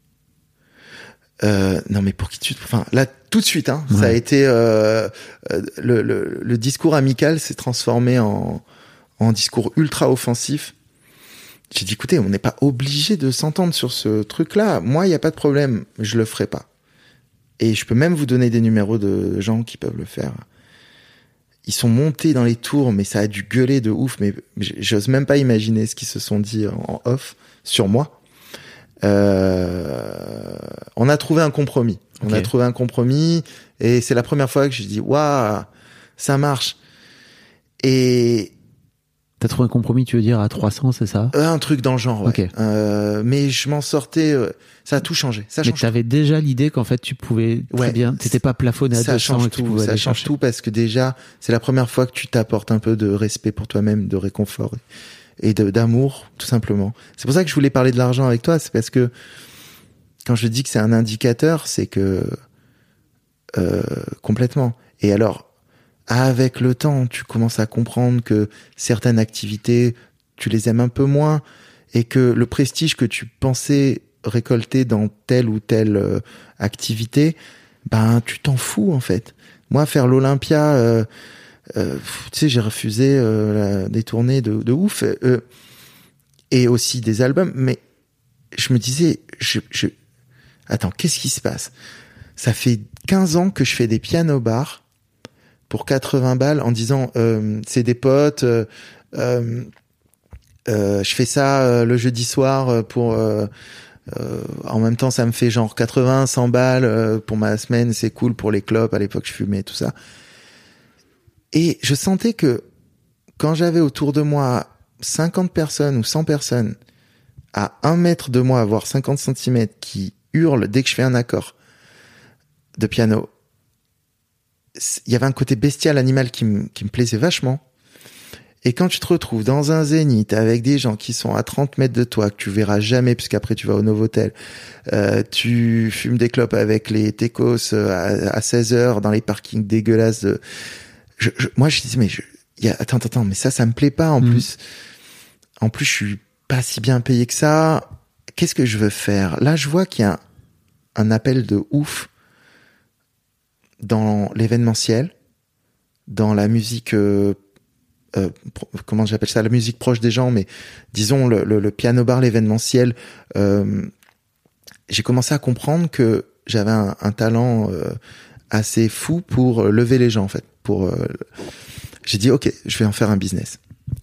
Euh, non, mais pour qui tu... Enfin, là, tout de suite, hein, ouais. Ça a été... Euh, euh, le, le, le discours amical s'est transformé en, en discours ultra offensif. J'ai dit, écoutez, on n'est pas obligé de s'entendre sur ce truc-là. Moi, il n'y a pas de problème, je le ferai pas. Et je peux même vous donner des numéros de gens qui peuvent le faire. Ils sont montés dans les tours, mais ça a dû gueuler de ouf. Mais j'ose même pas imaginer ce qu'ils se sont dit en off sur moi. Euh, on a trouvé un compromis. Okay. On a trouvé un compromis, et c'est la première fois que je dis, waouh, ça marche. Et t'as trouvé un compromis, tu veux dire, à trois cents, c'est ça? euh, Un truc dans le genre, ouais. Okay. Euh, mais je m'en sortais, euh, ça a tout changé. Ça mais change t'avais tout. Déjà l'idée qu'en fait, tu pouvais très ouais, bien, t'étais pas plafonné à deux cents. Ça change tout, ça change chercher. Tout, parce que déjà, c'est la première fois que tu t'apportes un peu de respect pour toi-même, de réconfort et de, d'amour, tout simplement. C'est pour ça que je voulais parler de l'argent avec toi, c'est parce que quand je dis que c'est un indicateur, c'est que euh, complètement. Et alors, avec le temps, tu commences à comprendre que certaines activités, tu les aimes un peu moins, et que le prestige que tu pensais récolter dans telle ou telle euh, activité, ben tu t'en fous en fait. Moi, faire l'Olympia, euh, euh, tu sais, j'ai refusé euh, la, des tournées de, de ouf, euh, et aussi des albums, mais je me disais, je, je... attends, qu'est-ce qui se passe? Ça fait quinze ans que je fais des piano bars pour quatre-vingts balles en disant euh, c'est des potes, euh, euh, euh, je fais ça euh, le jeudi soir pour euh, euh, en même temps ça me fait genre quatre-vingts cent balles euh, pour ma semaine, c'est cool pour les clopes, à l'époque je fumais tout ça. Et je sentais que quand j'avais autour de moi cinquante personnes ou cent personnes à un mètre de moi, voire cinquante centimètres, qui hurlent dès que je fais un accord de piano, il y avait un côté bestial, animal qui me, qui me plaisait vachement. Et quand tu te retrouves dans un zénith avec des gens qui sont à trente mètres de toi, que tu verras jamais puisqu'après tu vas au Novotel, euh, tu fumes des clopes avec les techos à, à seize heures dans les parkings dégueulasses de... je, je, moi je disais mais je, y a, attends, attends, mais ça, ça me plaît pas en mmh. plus. En plus, je suis pas si bien payé que ça. Qu'est-ce que je veux faire? Là, je vois qu'il y a un, un appel de ouf dans l'événementiel, dans la musique, euh, euh, pro- comment j'appelle ça, la musique proche des gens, mais disons le, le, le piano bar, l'événementiel. Euh, j'ai commencé à comprendre que j'avais un, un talent euh, assez fou pour euh, lever les gens en fait. Pour, euh, j'ai dit ok, je vais en faire un business.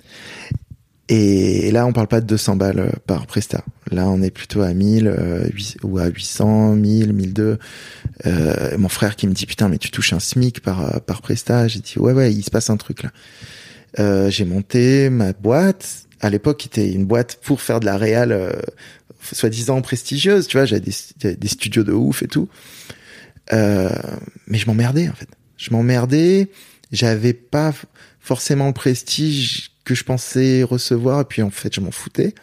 Et là, on parle pas de deux cents balles par prestat. Là, on est plutôt à mille euh, huit, ou à huit cents, mille, mille deux. Euh, mon frère qui me dit putain, mais tu touches un SMIC par par prestat. J'ai dit ouais ouais, il se passe un truc là. Euh, j'ai monté ma boîte. À l'époque, qui était une boîte pour faire de la réal, euh, soi-disant prestigieuse. Tu vois, j'avais des, des studios de ouf et tout. Euh, mais je m'emmerdais en fait. Je m'emmerdais. J'avais pas forcément le prestige que je pensais recevoir, et puis en fait je m'en foutais,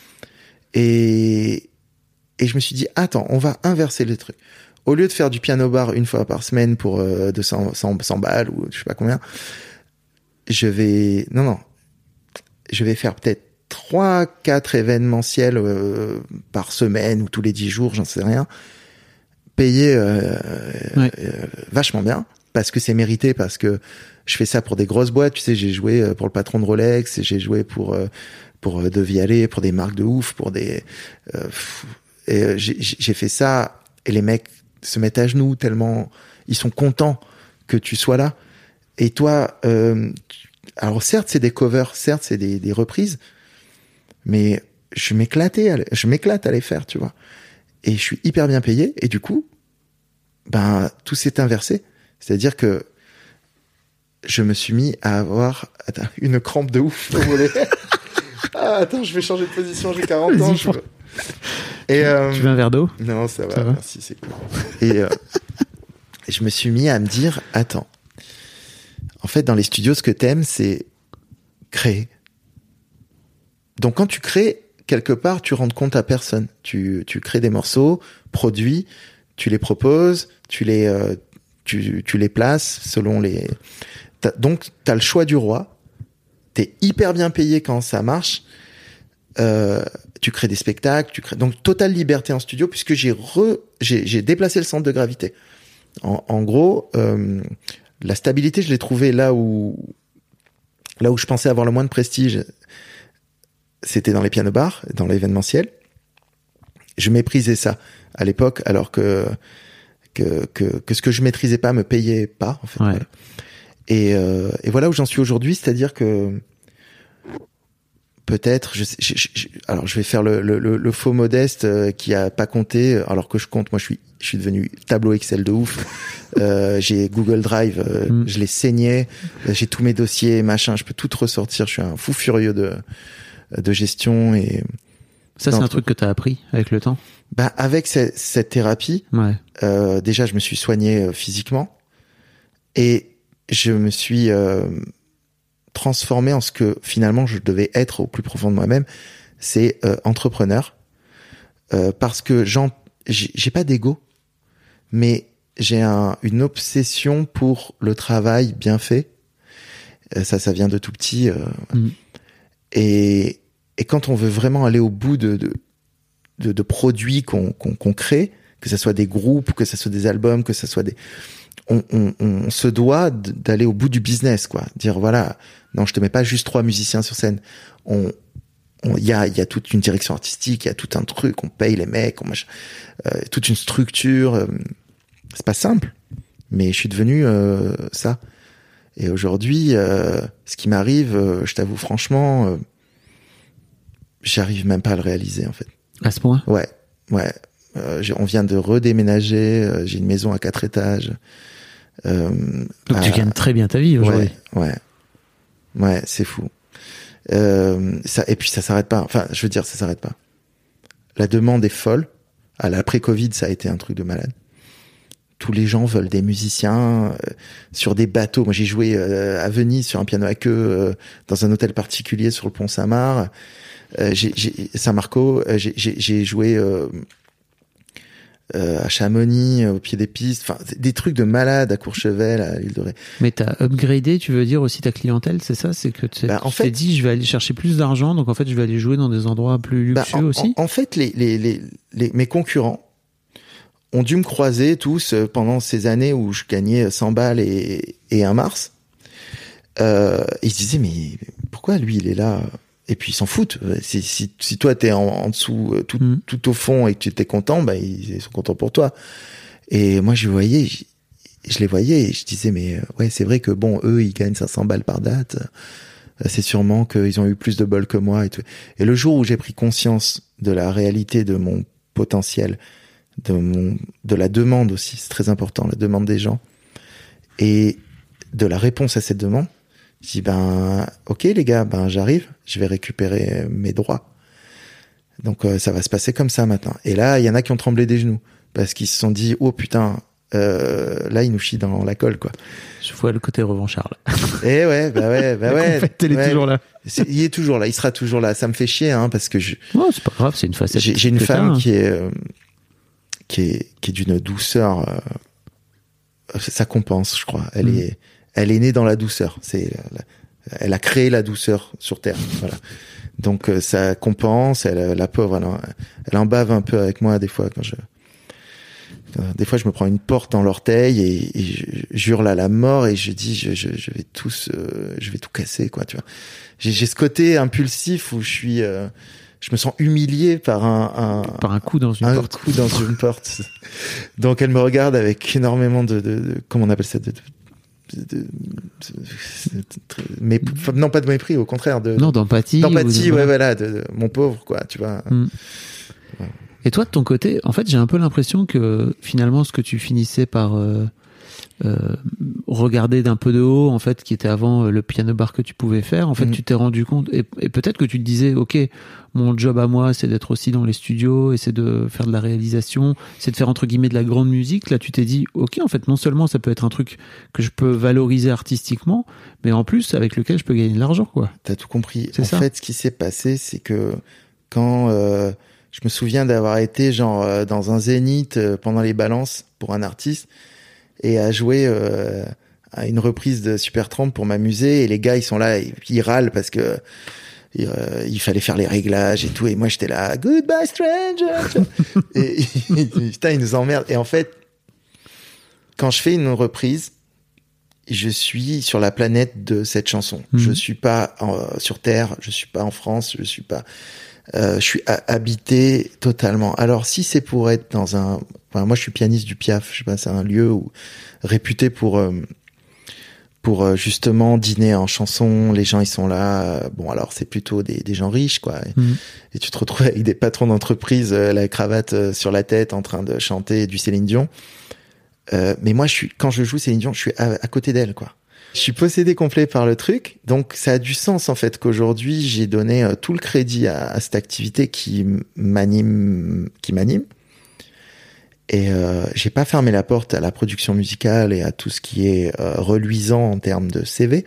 et et je me suis dit attends, on va inverser les trucs. Au lieu de faire du piano bar une fois par semaine pour euh, deux cents, cent, cent balles ou je sais pas combien, je vais non non je vais faire peut-être trois quatre événementiels euh, par semaine ou tous les dix jours, j'en sais rien, payer euh, ouais. euh, vachement bien, parce que c'est mérité, parce que je fais ça pour des grosses boîtes, tu sais, j'ai joué pour le patron de Rolex, j'ai joué pour pour De Vialet, pour des marques de ouf, pour des euh, et j'ai j'ai fait ça, et les mecs se mettent à genoux tellement ils sont contents que tu sois là. Et toi, euh, alors certes c'est des covers, certes c'est des des reprises, mais je m'éclatais, à, je m'éclate à les faire, tu vois. Et je suis hyper bien payé, et du coup, ben tout s'est inversé, c'est-à-dire que je me suis mis à avoir attends, une crampe de ouf au mollet. Ah, attends, je vais changer de position, j'ai quarante ans. Je... Et, euh... Tu veux un verre d'eau ? Non, ça va, ça va merci, c'est cool. Et euh... je me suis mis à me dire, attends, en fait, dans les studios, ce que t'aimes, c'est créer. Donc, quand tu crées, quelque part, tu rends compte à personne. Tu, tu crées des morceaux, produits, tu les proposes, tu les, euh, tu, tu les places selon les... T'as, donc, t'as le choix du roi. T'es hyper bien payé quand ça marche. Euh, tu crées des spectacles, tu crées donc totale liberté en studio, puisque j'ai re, j'ai, j'ai déplacé le centre de gravité. En, en gros, euh, la stabilité, je l'ai trouvée là où, là où je pensais avoir le moins de prestige. C'était dans les piano bars, dans l'événementiel. Je méprisais ça à l'époque, alors que que que, que ce que je maîtrisais pas me payait pas, en fait. Ouais. Voilà. Et, euh, et voilà où j'en suis aujourd'hui, c'est-à-dire que peut-être, je, je, je, je, alors je vais faire le, le, le, le faux modeste euh, qui a pas compté, alors que je compte. Moi, je suis, je suis devenu tableau Excel de ouf. Euh, j'ai Google Drive, euh, mm. je l'ai saigné. J'ai tous mes dossiers, machin. Je peux tout ressortir. Je suis un fou furieux de de gestion. Et ça, c'est un truc que t'as appris avec le temps. Bah, avec cette, cette thérapie, ouais. euh, déjà, je me suis soigné euh, physiquement, et je me suis euh, transformé en ce que finalement je devais être au plus profond de moi-même, c'est euh, entrepreneur, euh, parce que j'en, j'ai, j'ai pas d'ego, mais j'ai un, une obsession pour le travail bien fait. Euh, ça, ça vient de tout petit. Euh, mmh. Et et quand on veut vraiment aller au bout de de de, de produits qu'on, qu'on qu'on crée, que ça soit des groupes, que ça soit des albums, que ça soit des On, on, on se doit d'aller au bout du business, quoi. Dire voilà, non, je te mets pas juste trois musiciens sur scène. On, on, y a, il y a toute une direction artistique, il y a tout un truc. On paye les mecs, on machin, euh, toute une structure. Euh, c'est pas simple, mais je suis devenu euh, ça. Et aujourd'hui, euh, ce qui m'arrive, euh, je t'avoue franchement, euh, j'arrive même pas à le réaliser en fait. À ce point ? Ouais, ouais. Euh, on vient de redéménager. Euh, j'ai une maison à quatre étages. Euh, Donc à... tu gagnes très bien ta vie aujourd'hui. Ouais, ouais, ouais, c'est fou. Euh, ça, et puis ça s'arrête pas. Enfin, je veux dire, ça s'arrête pas. La demande est folle. À l'après-Covid, ça a été un truc de malade. Tous les gens veulent des musiciens euh, sur des bateaux. Moi, j'ai joué euh, à Venise sur un piano à queue euh, dans un hôtel particulier sur le pont Saint-Marc. Euh, j'ai, j'ai, Saint-Marco. Euh, j'ai, j'ai, j'ai joué. Euh, Euh, à Chamonix, au pied des pistes, enfin des trucs de malade, à Courchevel, à l'île de Ré. Mais t'as upgradé, tu veux dire aussi ta clientèle, c'est ça ? C'est que tu, bah, tu t'es dit, je vais aller chercher plus d'argent, donc en fait je vais aller jouer dans des endroits plus luxueux bah, en, aussi. En, en fait, les, les, les, les, mes concurrents ont dû me croiser tous pendant ces années où je gagnais cent balles et, et un Mars. Euh, et ils se disaient, mais pourquoi lui, il est là? Et puis ils s'en foutent. Si, si, si toi, t'es en, en dessous, tout, mmh. tout au fond, et que tu étais content, bah, ils, ils sont contents pour toi. Et moi, je voyais, je, je les voyais et je disais, mais ouais, c'est vrai que bon, eux, ils gagnent cinq cents balles par date. C'est sûrement qu'ils ont eu plus de bol que moi et tout. Et le jour où j'ai pris conscience de la réalité de mon potentiel, de mon, de la demande aussi, c'est très important, la demande des gens, et de la réponse à cette demande, je dis, ben, ok, les gars, ben, j'arrive, je vais récupérer mes droits. Donc, euh, ça va se passer comme ça maintenant. Et là, il y en a qui ont tremblé des genoux, parce qu'ils se sont dit, oh putain, euh, là, il nous chie dans la colle, quoi. Je vois le côté revancharde. Et ouais, bah ouais, bah ouais. En fait, il est ouais. toujours là. C'est, il est toujours là, il sera toujours là. Ça me fait chier, hein, parce que je. Non, c'est pas grave, c'est une facette. J'ai, j'ai une femme hein. qui est, euh, qui est, qui est d'une douceur. Euh, ça compense, je crois. Elle mmh. est, elle est née dans la douceur. C'est, elle a créé la douceur sur Terre. Voilà. Donc euh, ça compense. Elle, la pauvre, elle en, elle en bave un peu avec moi des fois quand je. Des fois, je me prends une porte dans l'orteil et, et je, je hurle à la mort et je dis, je, je, je vais tous, euh, je vais tout casser, quoi, tu vois. J'ai, j'ai ce côté impulsif où je suis, euh, je me sens humilié par un, un par un coup dans une un porte. coup dans une porte. Donc, elle me regarde avec énormément de, de, de comment on appelle ça, de, de, de, de, de mais non pas de mépris, au contraire, de non d'empathie. D'empathie, de... ouais, voilà, de, de mon pauvre, quoi, tu vois. Mm. Ouais. Et toi, de ton côté, en fait, j'ai un peu l'impression que finalement, ce que tu finissais par euh, euh, regarder d'un peu de haut, en fait, qui était avant le piano bar que tu pouvais faire, en fait, mmh. tu t'es rendu compte, et, et peut-être que tu te disais, ok, mon job à moi, c'est d'être aussi dans les studios, et c'est de faire de la réalisation, c'est de faire entre guillemets de la grande musique. Là, tu t'es dit, ok, en fait, non seulement ça peut être un truc que je peux valoriser artistiquement, mais en plus avec lequel je peux gagner de l'argent, quoi. T'as tout compris. C'est en ça. fait, ce qui s'est passé, c'est que quand euh, je me souviens d'avoir été genre euh, dans un zénith euh, pendant les balances pour un artiste et à jouer euh, à une reprise de Supertramp pour m'amuser, et les gars ils sont là, ils, ils râlent parce que euh, il fallait faire les réglages et tout, et moi j'étais là, goodbye stranger. et, et putain, ils nous emmerdent. Et en fait, quand je fais une reprise, je suis sur la planète de cette chanson. Mmh. Je suis pas en, sur Terre, je suis pas en France, je suis pas Euh, je suis a- habité totalement. Alors si c'est pour être dans un, enfin, moi je suis pianiste du Piaf, je sais pas, c'est un lieu où, réputé pour euh, pour euh, justement dîner en chanson. Les gens ils sont là. Euh, bon alors c'est plutôt des des gens riches, quoi. Et, mmh. et tu te retrouves avec des patrons d'entreprise, euh, la cravate euh, sur la tête, en train de chanter du Céline Dion. Euh, mais moi je suis, quand je joue Céline Dion, je suis à, à côté d'elle, quoi. Je suis possédé complet par le truc, donc ça a du sens en fait qu'aujourd'hui j'ai donné euh, tout le crédit à, à cette activité qui m'anime, qui m'anime. Et euh, j'ai pas fermé la porte à la production musicale et à tout ce qui est euh, reluisant en termes de C V.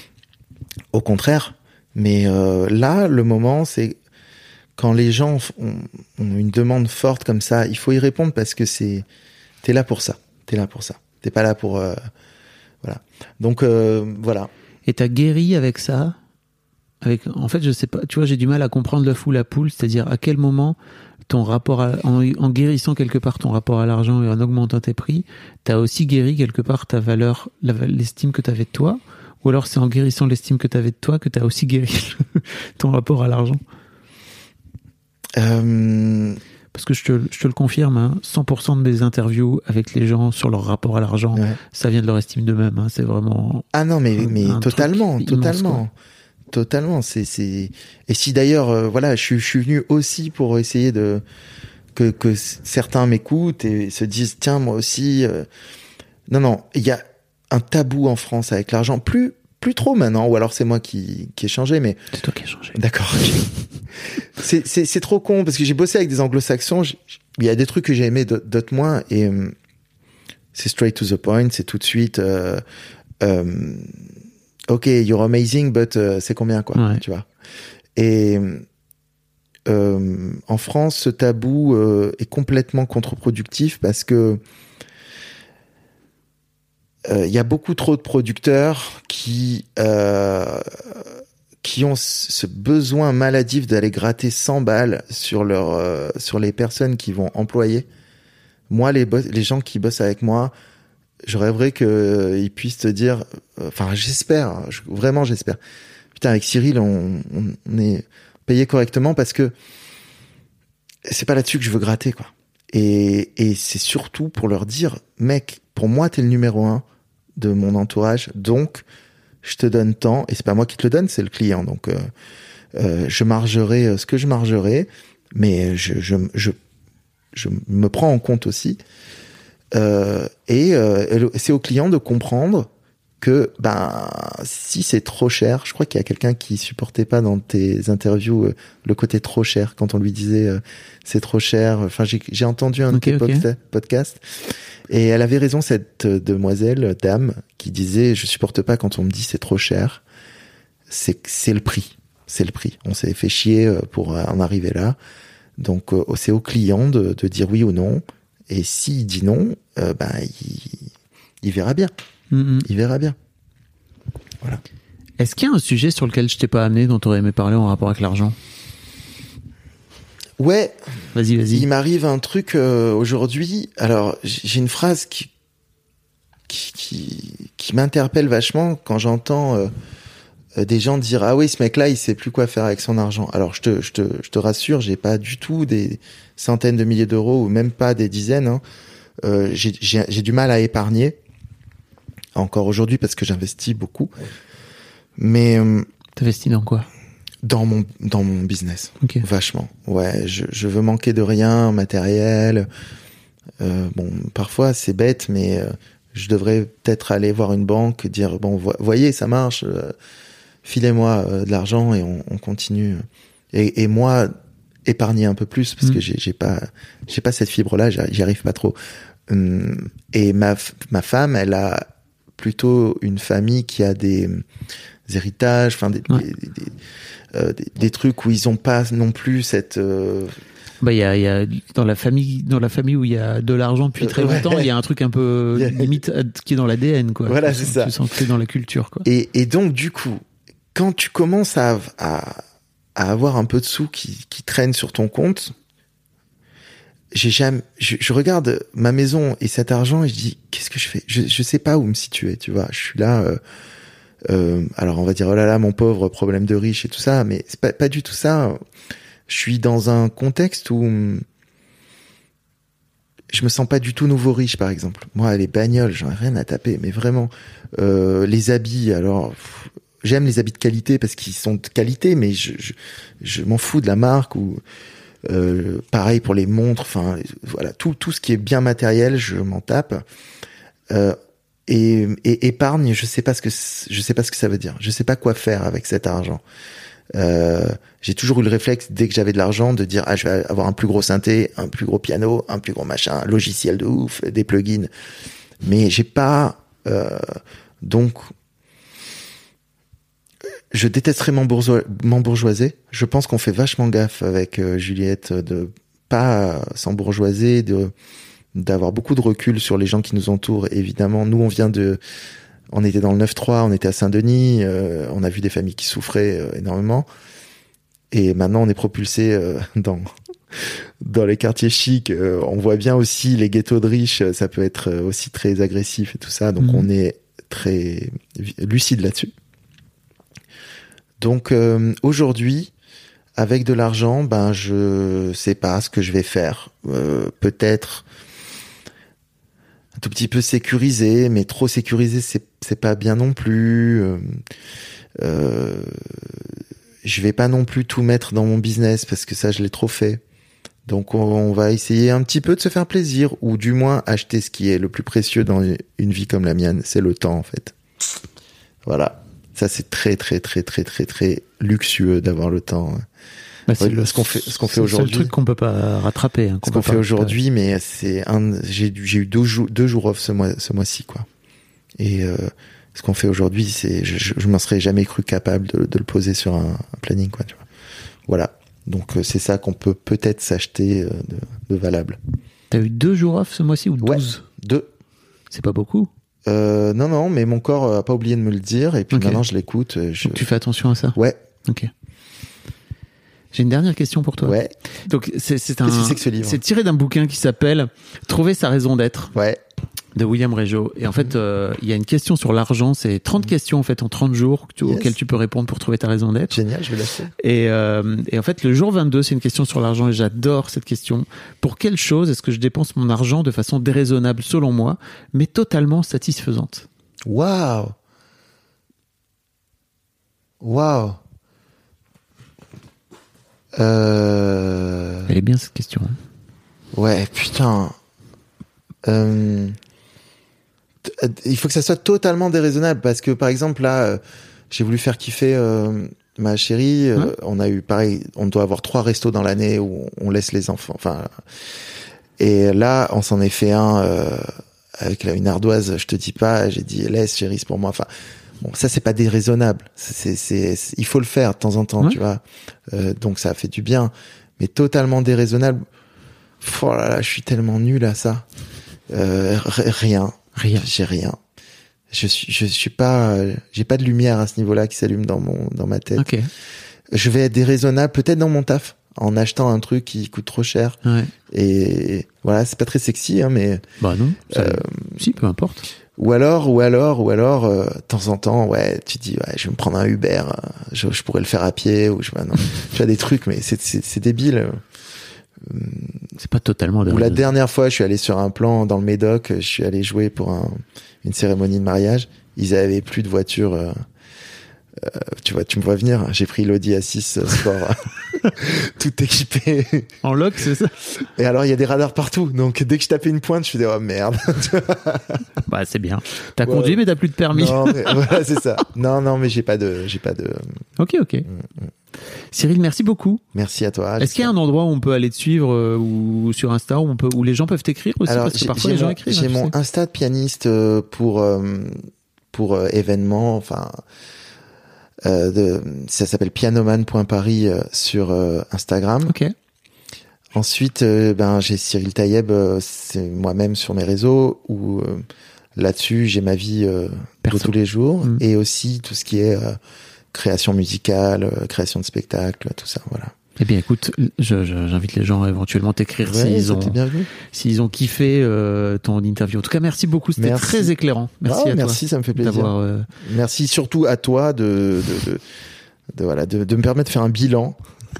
Au contraire, mais euh, là le moment c'est quand les gens ont, ont une demande forte comme ça, il faut y répondre parce que c'est t'es là pour ça, t'es là pour ça, t'es pas là pour euh, Voilà. Donc euh, voilà. Et t'as guéri avec ça, avec, en fait, je sais pas. Tu vois, j'ai du mal à comprendre le fou la poule, c'est-à-dire à quel moment ton rapport, à, en, en guérissant quelque part ton rapport à l'argent et en augmentant tes prix, t'as aussi guéri quelque part ta valeur, la, l'estime que t'avais de toi, ou alors c'est en guérissant l'estime que t'avais de toi que t'as aussi guéri ton rapport à l'argent. Euh... Parce que je te, je te le confirme, hein, cent pour cent de mes interviews avec les gens sur leur rapport à l'argent, ouais. ça vient de leur estime d'eux-mêmes. Hein, c'est vraiment. Ah non, mais, mais totalement, totalement. Immense, totalement. C'est, c'est... Et si d'ailleurs, euh, voilà, je suis, je suis venu aussi pour essayer de. Que, que certains m'écoutent et se disent, tiens, moi aussi. Euh... Non, non, il y a un tabou en France avec l'argent. Plus, plus trop maintenant, ou alors c'est moi qui, qui ai changé, mais. C'est toi qui as changé. D'accord. C'est, c'est, c'est trop con parce que j'ai bossé avec des anglo-saxons. Il y a des trucs que j'ai aimés, d'autres moins. Et euh, c'est straight to the point. C'est tout de suite. Euh, euh, ok, you're amazing, but euh, c'est combien, quoi, ouais. Tu vois. Et euh, en France, ce tabou euh, est complètement contre-productif parce que il euh, y a beaucoup trop de producteurs qui euh, qui ont ce besoin maladif d'aller gratter cent balles sur leur euh, sur les personnes qui vont employer. moi, les, boss, les gens qui bossent avec moi, je rêverais qu'ils euh, puissent te dire, enfin, euh, j'espère, je, vraiment, j'espère. Putain, avec Cyril, on, on, on est payé correctement parce que c'est pas là-dessus que je veux gratter, quoi. Et, et c'est surtout pour leur dire, mec, pour moi, t'es le numéro un de mon entourage, donc je te donne tant, et c'est pas moi qui te le donne, c'est le client. Donc, euh, euh, je margerai ce que je margerai, mais je, je, je, je me prends en compte aussi. Euh, et euh, c'est au client de comprendre que ben si c'est trop cher, je crois qu'il y a quelqu'un qui supportait pas dans tes interviews euh, le côté trop cher quand on lui disait euh, c'est trop cher. Enfin j'ai j'ai entendu un okay, de tes okay. podcasts et elle avait raison, cette demoiselle dame qui disait je supporte pas quand on me dit c'est trop cher. C'est c'est le prix, c'est le prix. On s'est fait chier pour en arriver là. Donc euh, c'est au client de, de dire oui ou non. Et s'il dit non, euh, ben il, il verra bien. Mmh. Il verra bien. Voilà. Est-ce qu'il y a un sujet sur lequel je t'ai pas amené, dont tu aurais aimé parler en rapport avec l'argent ? Ouais. Vas-y, vas-y. Il m'arrive un truc euh, aujourd'hui. Alors, j'ai une phrase qui qui qui, qui m'interpelle vachement quand j'entends euh, des gens dire ah oui, ce mec-là, il sait plus quoi faire avec son argent. Alors, je te je te je te rassure, j'ai pas du tout des centaines de milliers d'euros ou même pas des dizaines. Hein. Euh, j'ai j'ai j'ai du mal à épargner. Encore aujourd'hui parce que j'investis beaucoup, mais euh, t'investis dans quoi ? Dans mon dans mon business, okay. Vachement. Ouais, je je veux manquer de rien, matériel. Euh, bon, parfois c'est bête, mais euh, je devrais peut-être aller voir une banque, dire bon, vo- voyez, ça marche, euh, filez-moi euh, de l'argent et on, on continue. Et, et moi, épargner un peu plus parce mmh. que j'ai j'ai pas j'ai pas cette fibre-là, j'y arrive pas trop. Hum, et ma ma femme, elle a plutôt une famille qui a des, des héritages, enfin des, ouais. des, des, euh, des, des trucs où ils ont pas non plus cette. Euh... Bah il y a, y a dans la famille dans la famille où il y a de l'argent depuis très longtemps, il ouais. y a un truc un peu limite qui est dans l'A D N quoi. Voilà, c'est ça. Tu sens que c'est dans la culture quoi. Et, et donc du coup, quand tu commences à, à, à avoir un peu de sous qui, qui traînent sur ton compte. J'ai jamais, je, je regarde ma maison et cet argent et je dis qu'est-ce que je fais ? Je, je sais pas où me situer, tu vois. Je suis là, euh, euh, alors on va dire oh là là mon pauvre problème de riche et tout ça, mais c'est pas pas du tout ça. Je suis dans un contexte où je me sens pas du tout nouveau riche, par exemple. Moi, les bagnoles, j'en ai rien à taper, mais vraiment euh, les habits. Alors pff, j'aime les habits de qualité parce qu'ils sont de qualité, mais je je, je m'en fous de la marque ou Euh, pareil pour les montres, enfin voilà, tout tout ce qui est bien matériel, je m'en tape. Euh, et, et épargne, je sais pas ce que je sais pas ce que ça veut dire. Je sais pas quoi faire avec cet argent. Euh, j'ai toujours eu le réflexe dès que j'avais de l'argent de dire ah je vais avoir un plus gros synthé, un plus gros piano, un plus gros machin, un logiciel de ouf, des plugins. Mais j'ai pas euh, donc je détesterais m'embourgeoiser. m'embourgeoiser. Je pense qu'on fait vachement gaffe avec euh, Juliette de pas s'embourgeoiser, de d'avoir beaucoup de recul sur les gens qui nous entourent. Évidemment, nous on vient de, on était dans le neuf trois, on était à Saint-Denis, euh, on a vu des familles qui souffraient euh, énormément, et maintenant on est propulsé euh, dans dans les quartiers chics. Euh, on voit bien aussi les ghettos de riches, ça peut être aussi très agressif et tout ça. Donc mmh. on est très lucide là-dessus. Donc euh, aujourd'hui, avec de l'argent, ben je sais pas ce que je vais faire. Euh, peut-être un tout petit peu sécurisé, mais trop sécurisé, c'est c'est pas bien non plus. Euh, euh, je vais pas non plus tout mettre dans mon business parce que ça je l'ai trop fait. Donc on, on va essayer un petit peu de se faire plaisir, ou du moins acheter ce qui est le plus précieux dans une vie comme la mienne, c'est le temps en fait. Voilà. Ça, c'est très, très, très, très, très, très luxueux d'avoir le temps. Bah, c'est le, ce qu'on fait, ce qu'on fait aujourd'hui. C'est le truc qu'on peut pas rattraper. Hein, qu'on ce qu'on fait aujourd'hui, mais c'est un, j'ai, j'ai eu deux jours, deux jours off ce mois, ce mois-ci, quoi. Et, euh, ce qu'on fait aujourd'hui, c'est, je, je, je m'en serais jamais cru capable de, de le poser sur un, un planning, quoi, tu vois. Voilà. Donc, c'est ça qu'on peut peut-être s'acheter de, de valable. T'as eu deux jours off ce mois-ci ou douze ? Ouais, deux. C'est pas beaucoup. Euh, non, non, mais mon corps a pas oublié de me le dire, et puis okay. maintenant je l'écoute. Je... Donc tu fais attention à ça ? Ouais. Ok. J'ai une dernière question pour toi. Ouais. Donc c'est, c'est un, Qu'est-ce que c'est que ce livre ? C'est tiré d'un bouquin qui s'appelle Trouver sa raison d'être. Ouais. De William Régeau. Et en fait, euh, il y a une question sur l'argent. C'est trente questions en fait en trente jours tu, yes. auxquelles tu peux répondre pour trouver ta raison d'être. Génial, je vais l'acheter. Et, euh, et en fait, le jour vingt-deux, c'est une question sur l'argent et j'adore cette question. Pour quelle chose est-ce que je dépense mon argent de façon déraisonnable selon moi, mais totalement satisfaisante ? Waouh. Waouh. Euh... Elle est bien cette question. Ouais, putain. Euh... Il faut que ça soit totalement déraisonnable parce que par exemple là, euh, j'ai voulu faire kiffer euh, ma chérie. Euh, ouais. On a eu pareil, on doit avoir trois restos dans l'année où on laisse les enfants. Enfin, et là, on s'en est fait un euh, avec une ardoise. Je te dis pas, j'ai dit laisse chérie, c'est pour moi. Enfin, bon, ça c'est pas déraisonnable. C'est, c'est, c'est, il faut le faire de temps en temps, ouais. tu vois. Euh, donc ça a fait du bien, mais totalement déraisonnable. Oh là là, je suis tellement nul à ça. Euh, r- rien. Rien. J'ai rien. Je suis, je suis pas, euh, j'ai pas de lumière à ce niveau-là qui s'allume dans mon, dans ma tête. Okay. Je vais être déraisonnable, peut-être dans mon taf, en achetant un truc qui coûte trop cher. Ouais. Et voilà, c'est pas très sexy, hein, mais. Bah non. Ça, euh, si, peu importe. Ou alors, ou alors, ou alors, euh, de temps en temps, ouais, tu dis, ouais, je vais me prendre un Uber, euh, je, je pourrais le faire à pied, ou je, bah, non, tu as des trucs, mais c'est, c'est, c'est débile. C'est pas totalement Ou la dernière fois, je suis allé sur un plan dans le Médoc, je suis allé jouer pour un, une cérémonie de mariage. Ils avaient plus de voiture. Euh, euh, tu vois, tu me vois venir. J'ai pris l'Audi A six Sport, tout équipé. En lock, c'est ça. Et alors, il y a des radars partout. Donc, dès que je tapais une pointe, je faisais oh merde. Bah, c'est bien. T'as ouais. conduit, mais t'as plus de permis. Non, mais, voilà, c'est ça. Non, non, mais j'ai pas de, j'ai pas de. Ok, ok. Mm, mm. Cyril, merci beaucoup. Merci à toi. Est-ce qu'il y a un endroit où on peut aller te suivre euh, ou sur Insta où on peut, où les gens peuvent t'écrire aussi? Alors, parce que j'ai, parfois j'ai les gens mon, écrivent. J'ai hein, mon sais. Insta de pianiste pour euh, pour euh, événements. Enfin, euh, de, ça s'appelle pianoman point paris euh, sur euh, Instagram. Ok. Ensuite, euh, ben j'ai Cyril Taïeb, euh, c'est moi-même sur mes réseaux où euh, là-dessus j'ai ma vie euh, de tous les jours mmh. et aussi tout ce qui est euh, création musicale, euh, création de spectacles, tout ça, voilà. Eh bien, écoute, je, je, j'invite les gens à éventuellement t'écrire ouais, s'ils ont, s'ils ont kiffé euh, ton interview. En tout cas, merci beaucoup, c'était merci. Très éclairant. Merci oh, à merci, toi. Ça me fait plaisir. Euh... Merci surtout à toi de, de, de, de voilà, de, de me permettre de faire un bilan.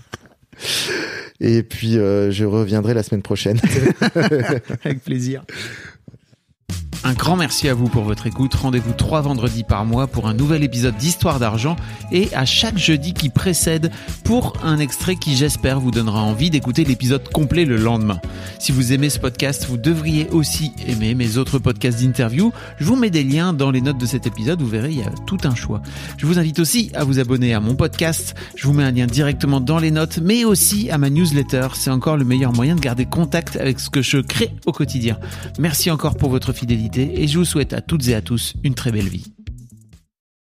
Et puis, euh, je reviendrai la semaine prochaine. Avec plaisir. Un grand merci à vous pour votre écoute. Rendez-vous trois vendredis par mois pour un nouvel épisode d'Histoire d'argent et à chaque jeudi qui précède pour un extrait qui, j'espère, vous donnera envie d'écouter l'épisode complet le lendemain. Si vous aimez ce podcast, vous devriez aussi aimer mes autres podcasts d'interview. Je vous mets des liens dans les notes de cet épisode. Vous verrez, il y a tout un choix. Je vous invite aussi à vous abonner à mon podcast. Je vous mets un lien directement dans les notes, mais aussi à ma newsletter. C'est encore le meilleur moyen de garder contact avec ce que je crée au quotidien. Merci encore pour votre fidélité. Et je vous souhaite à toutes et à tous une très belle vie.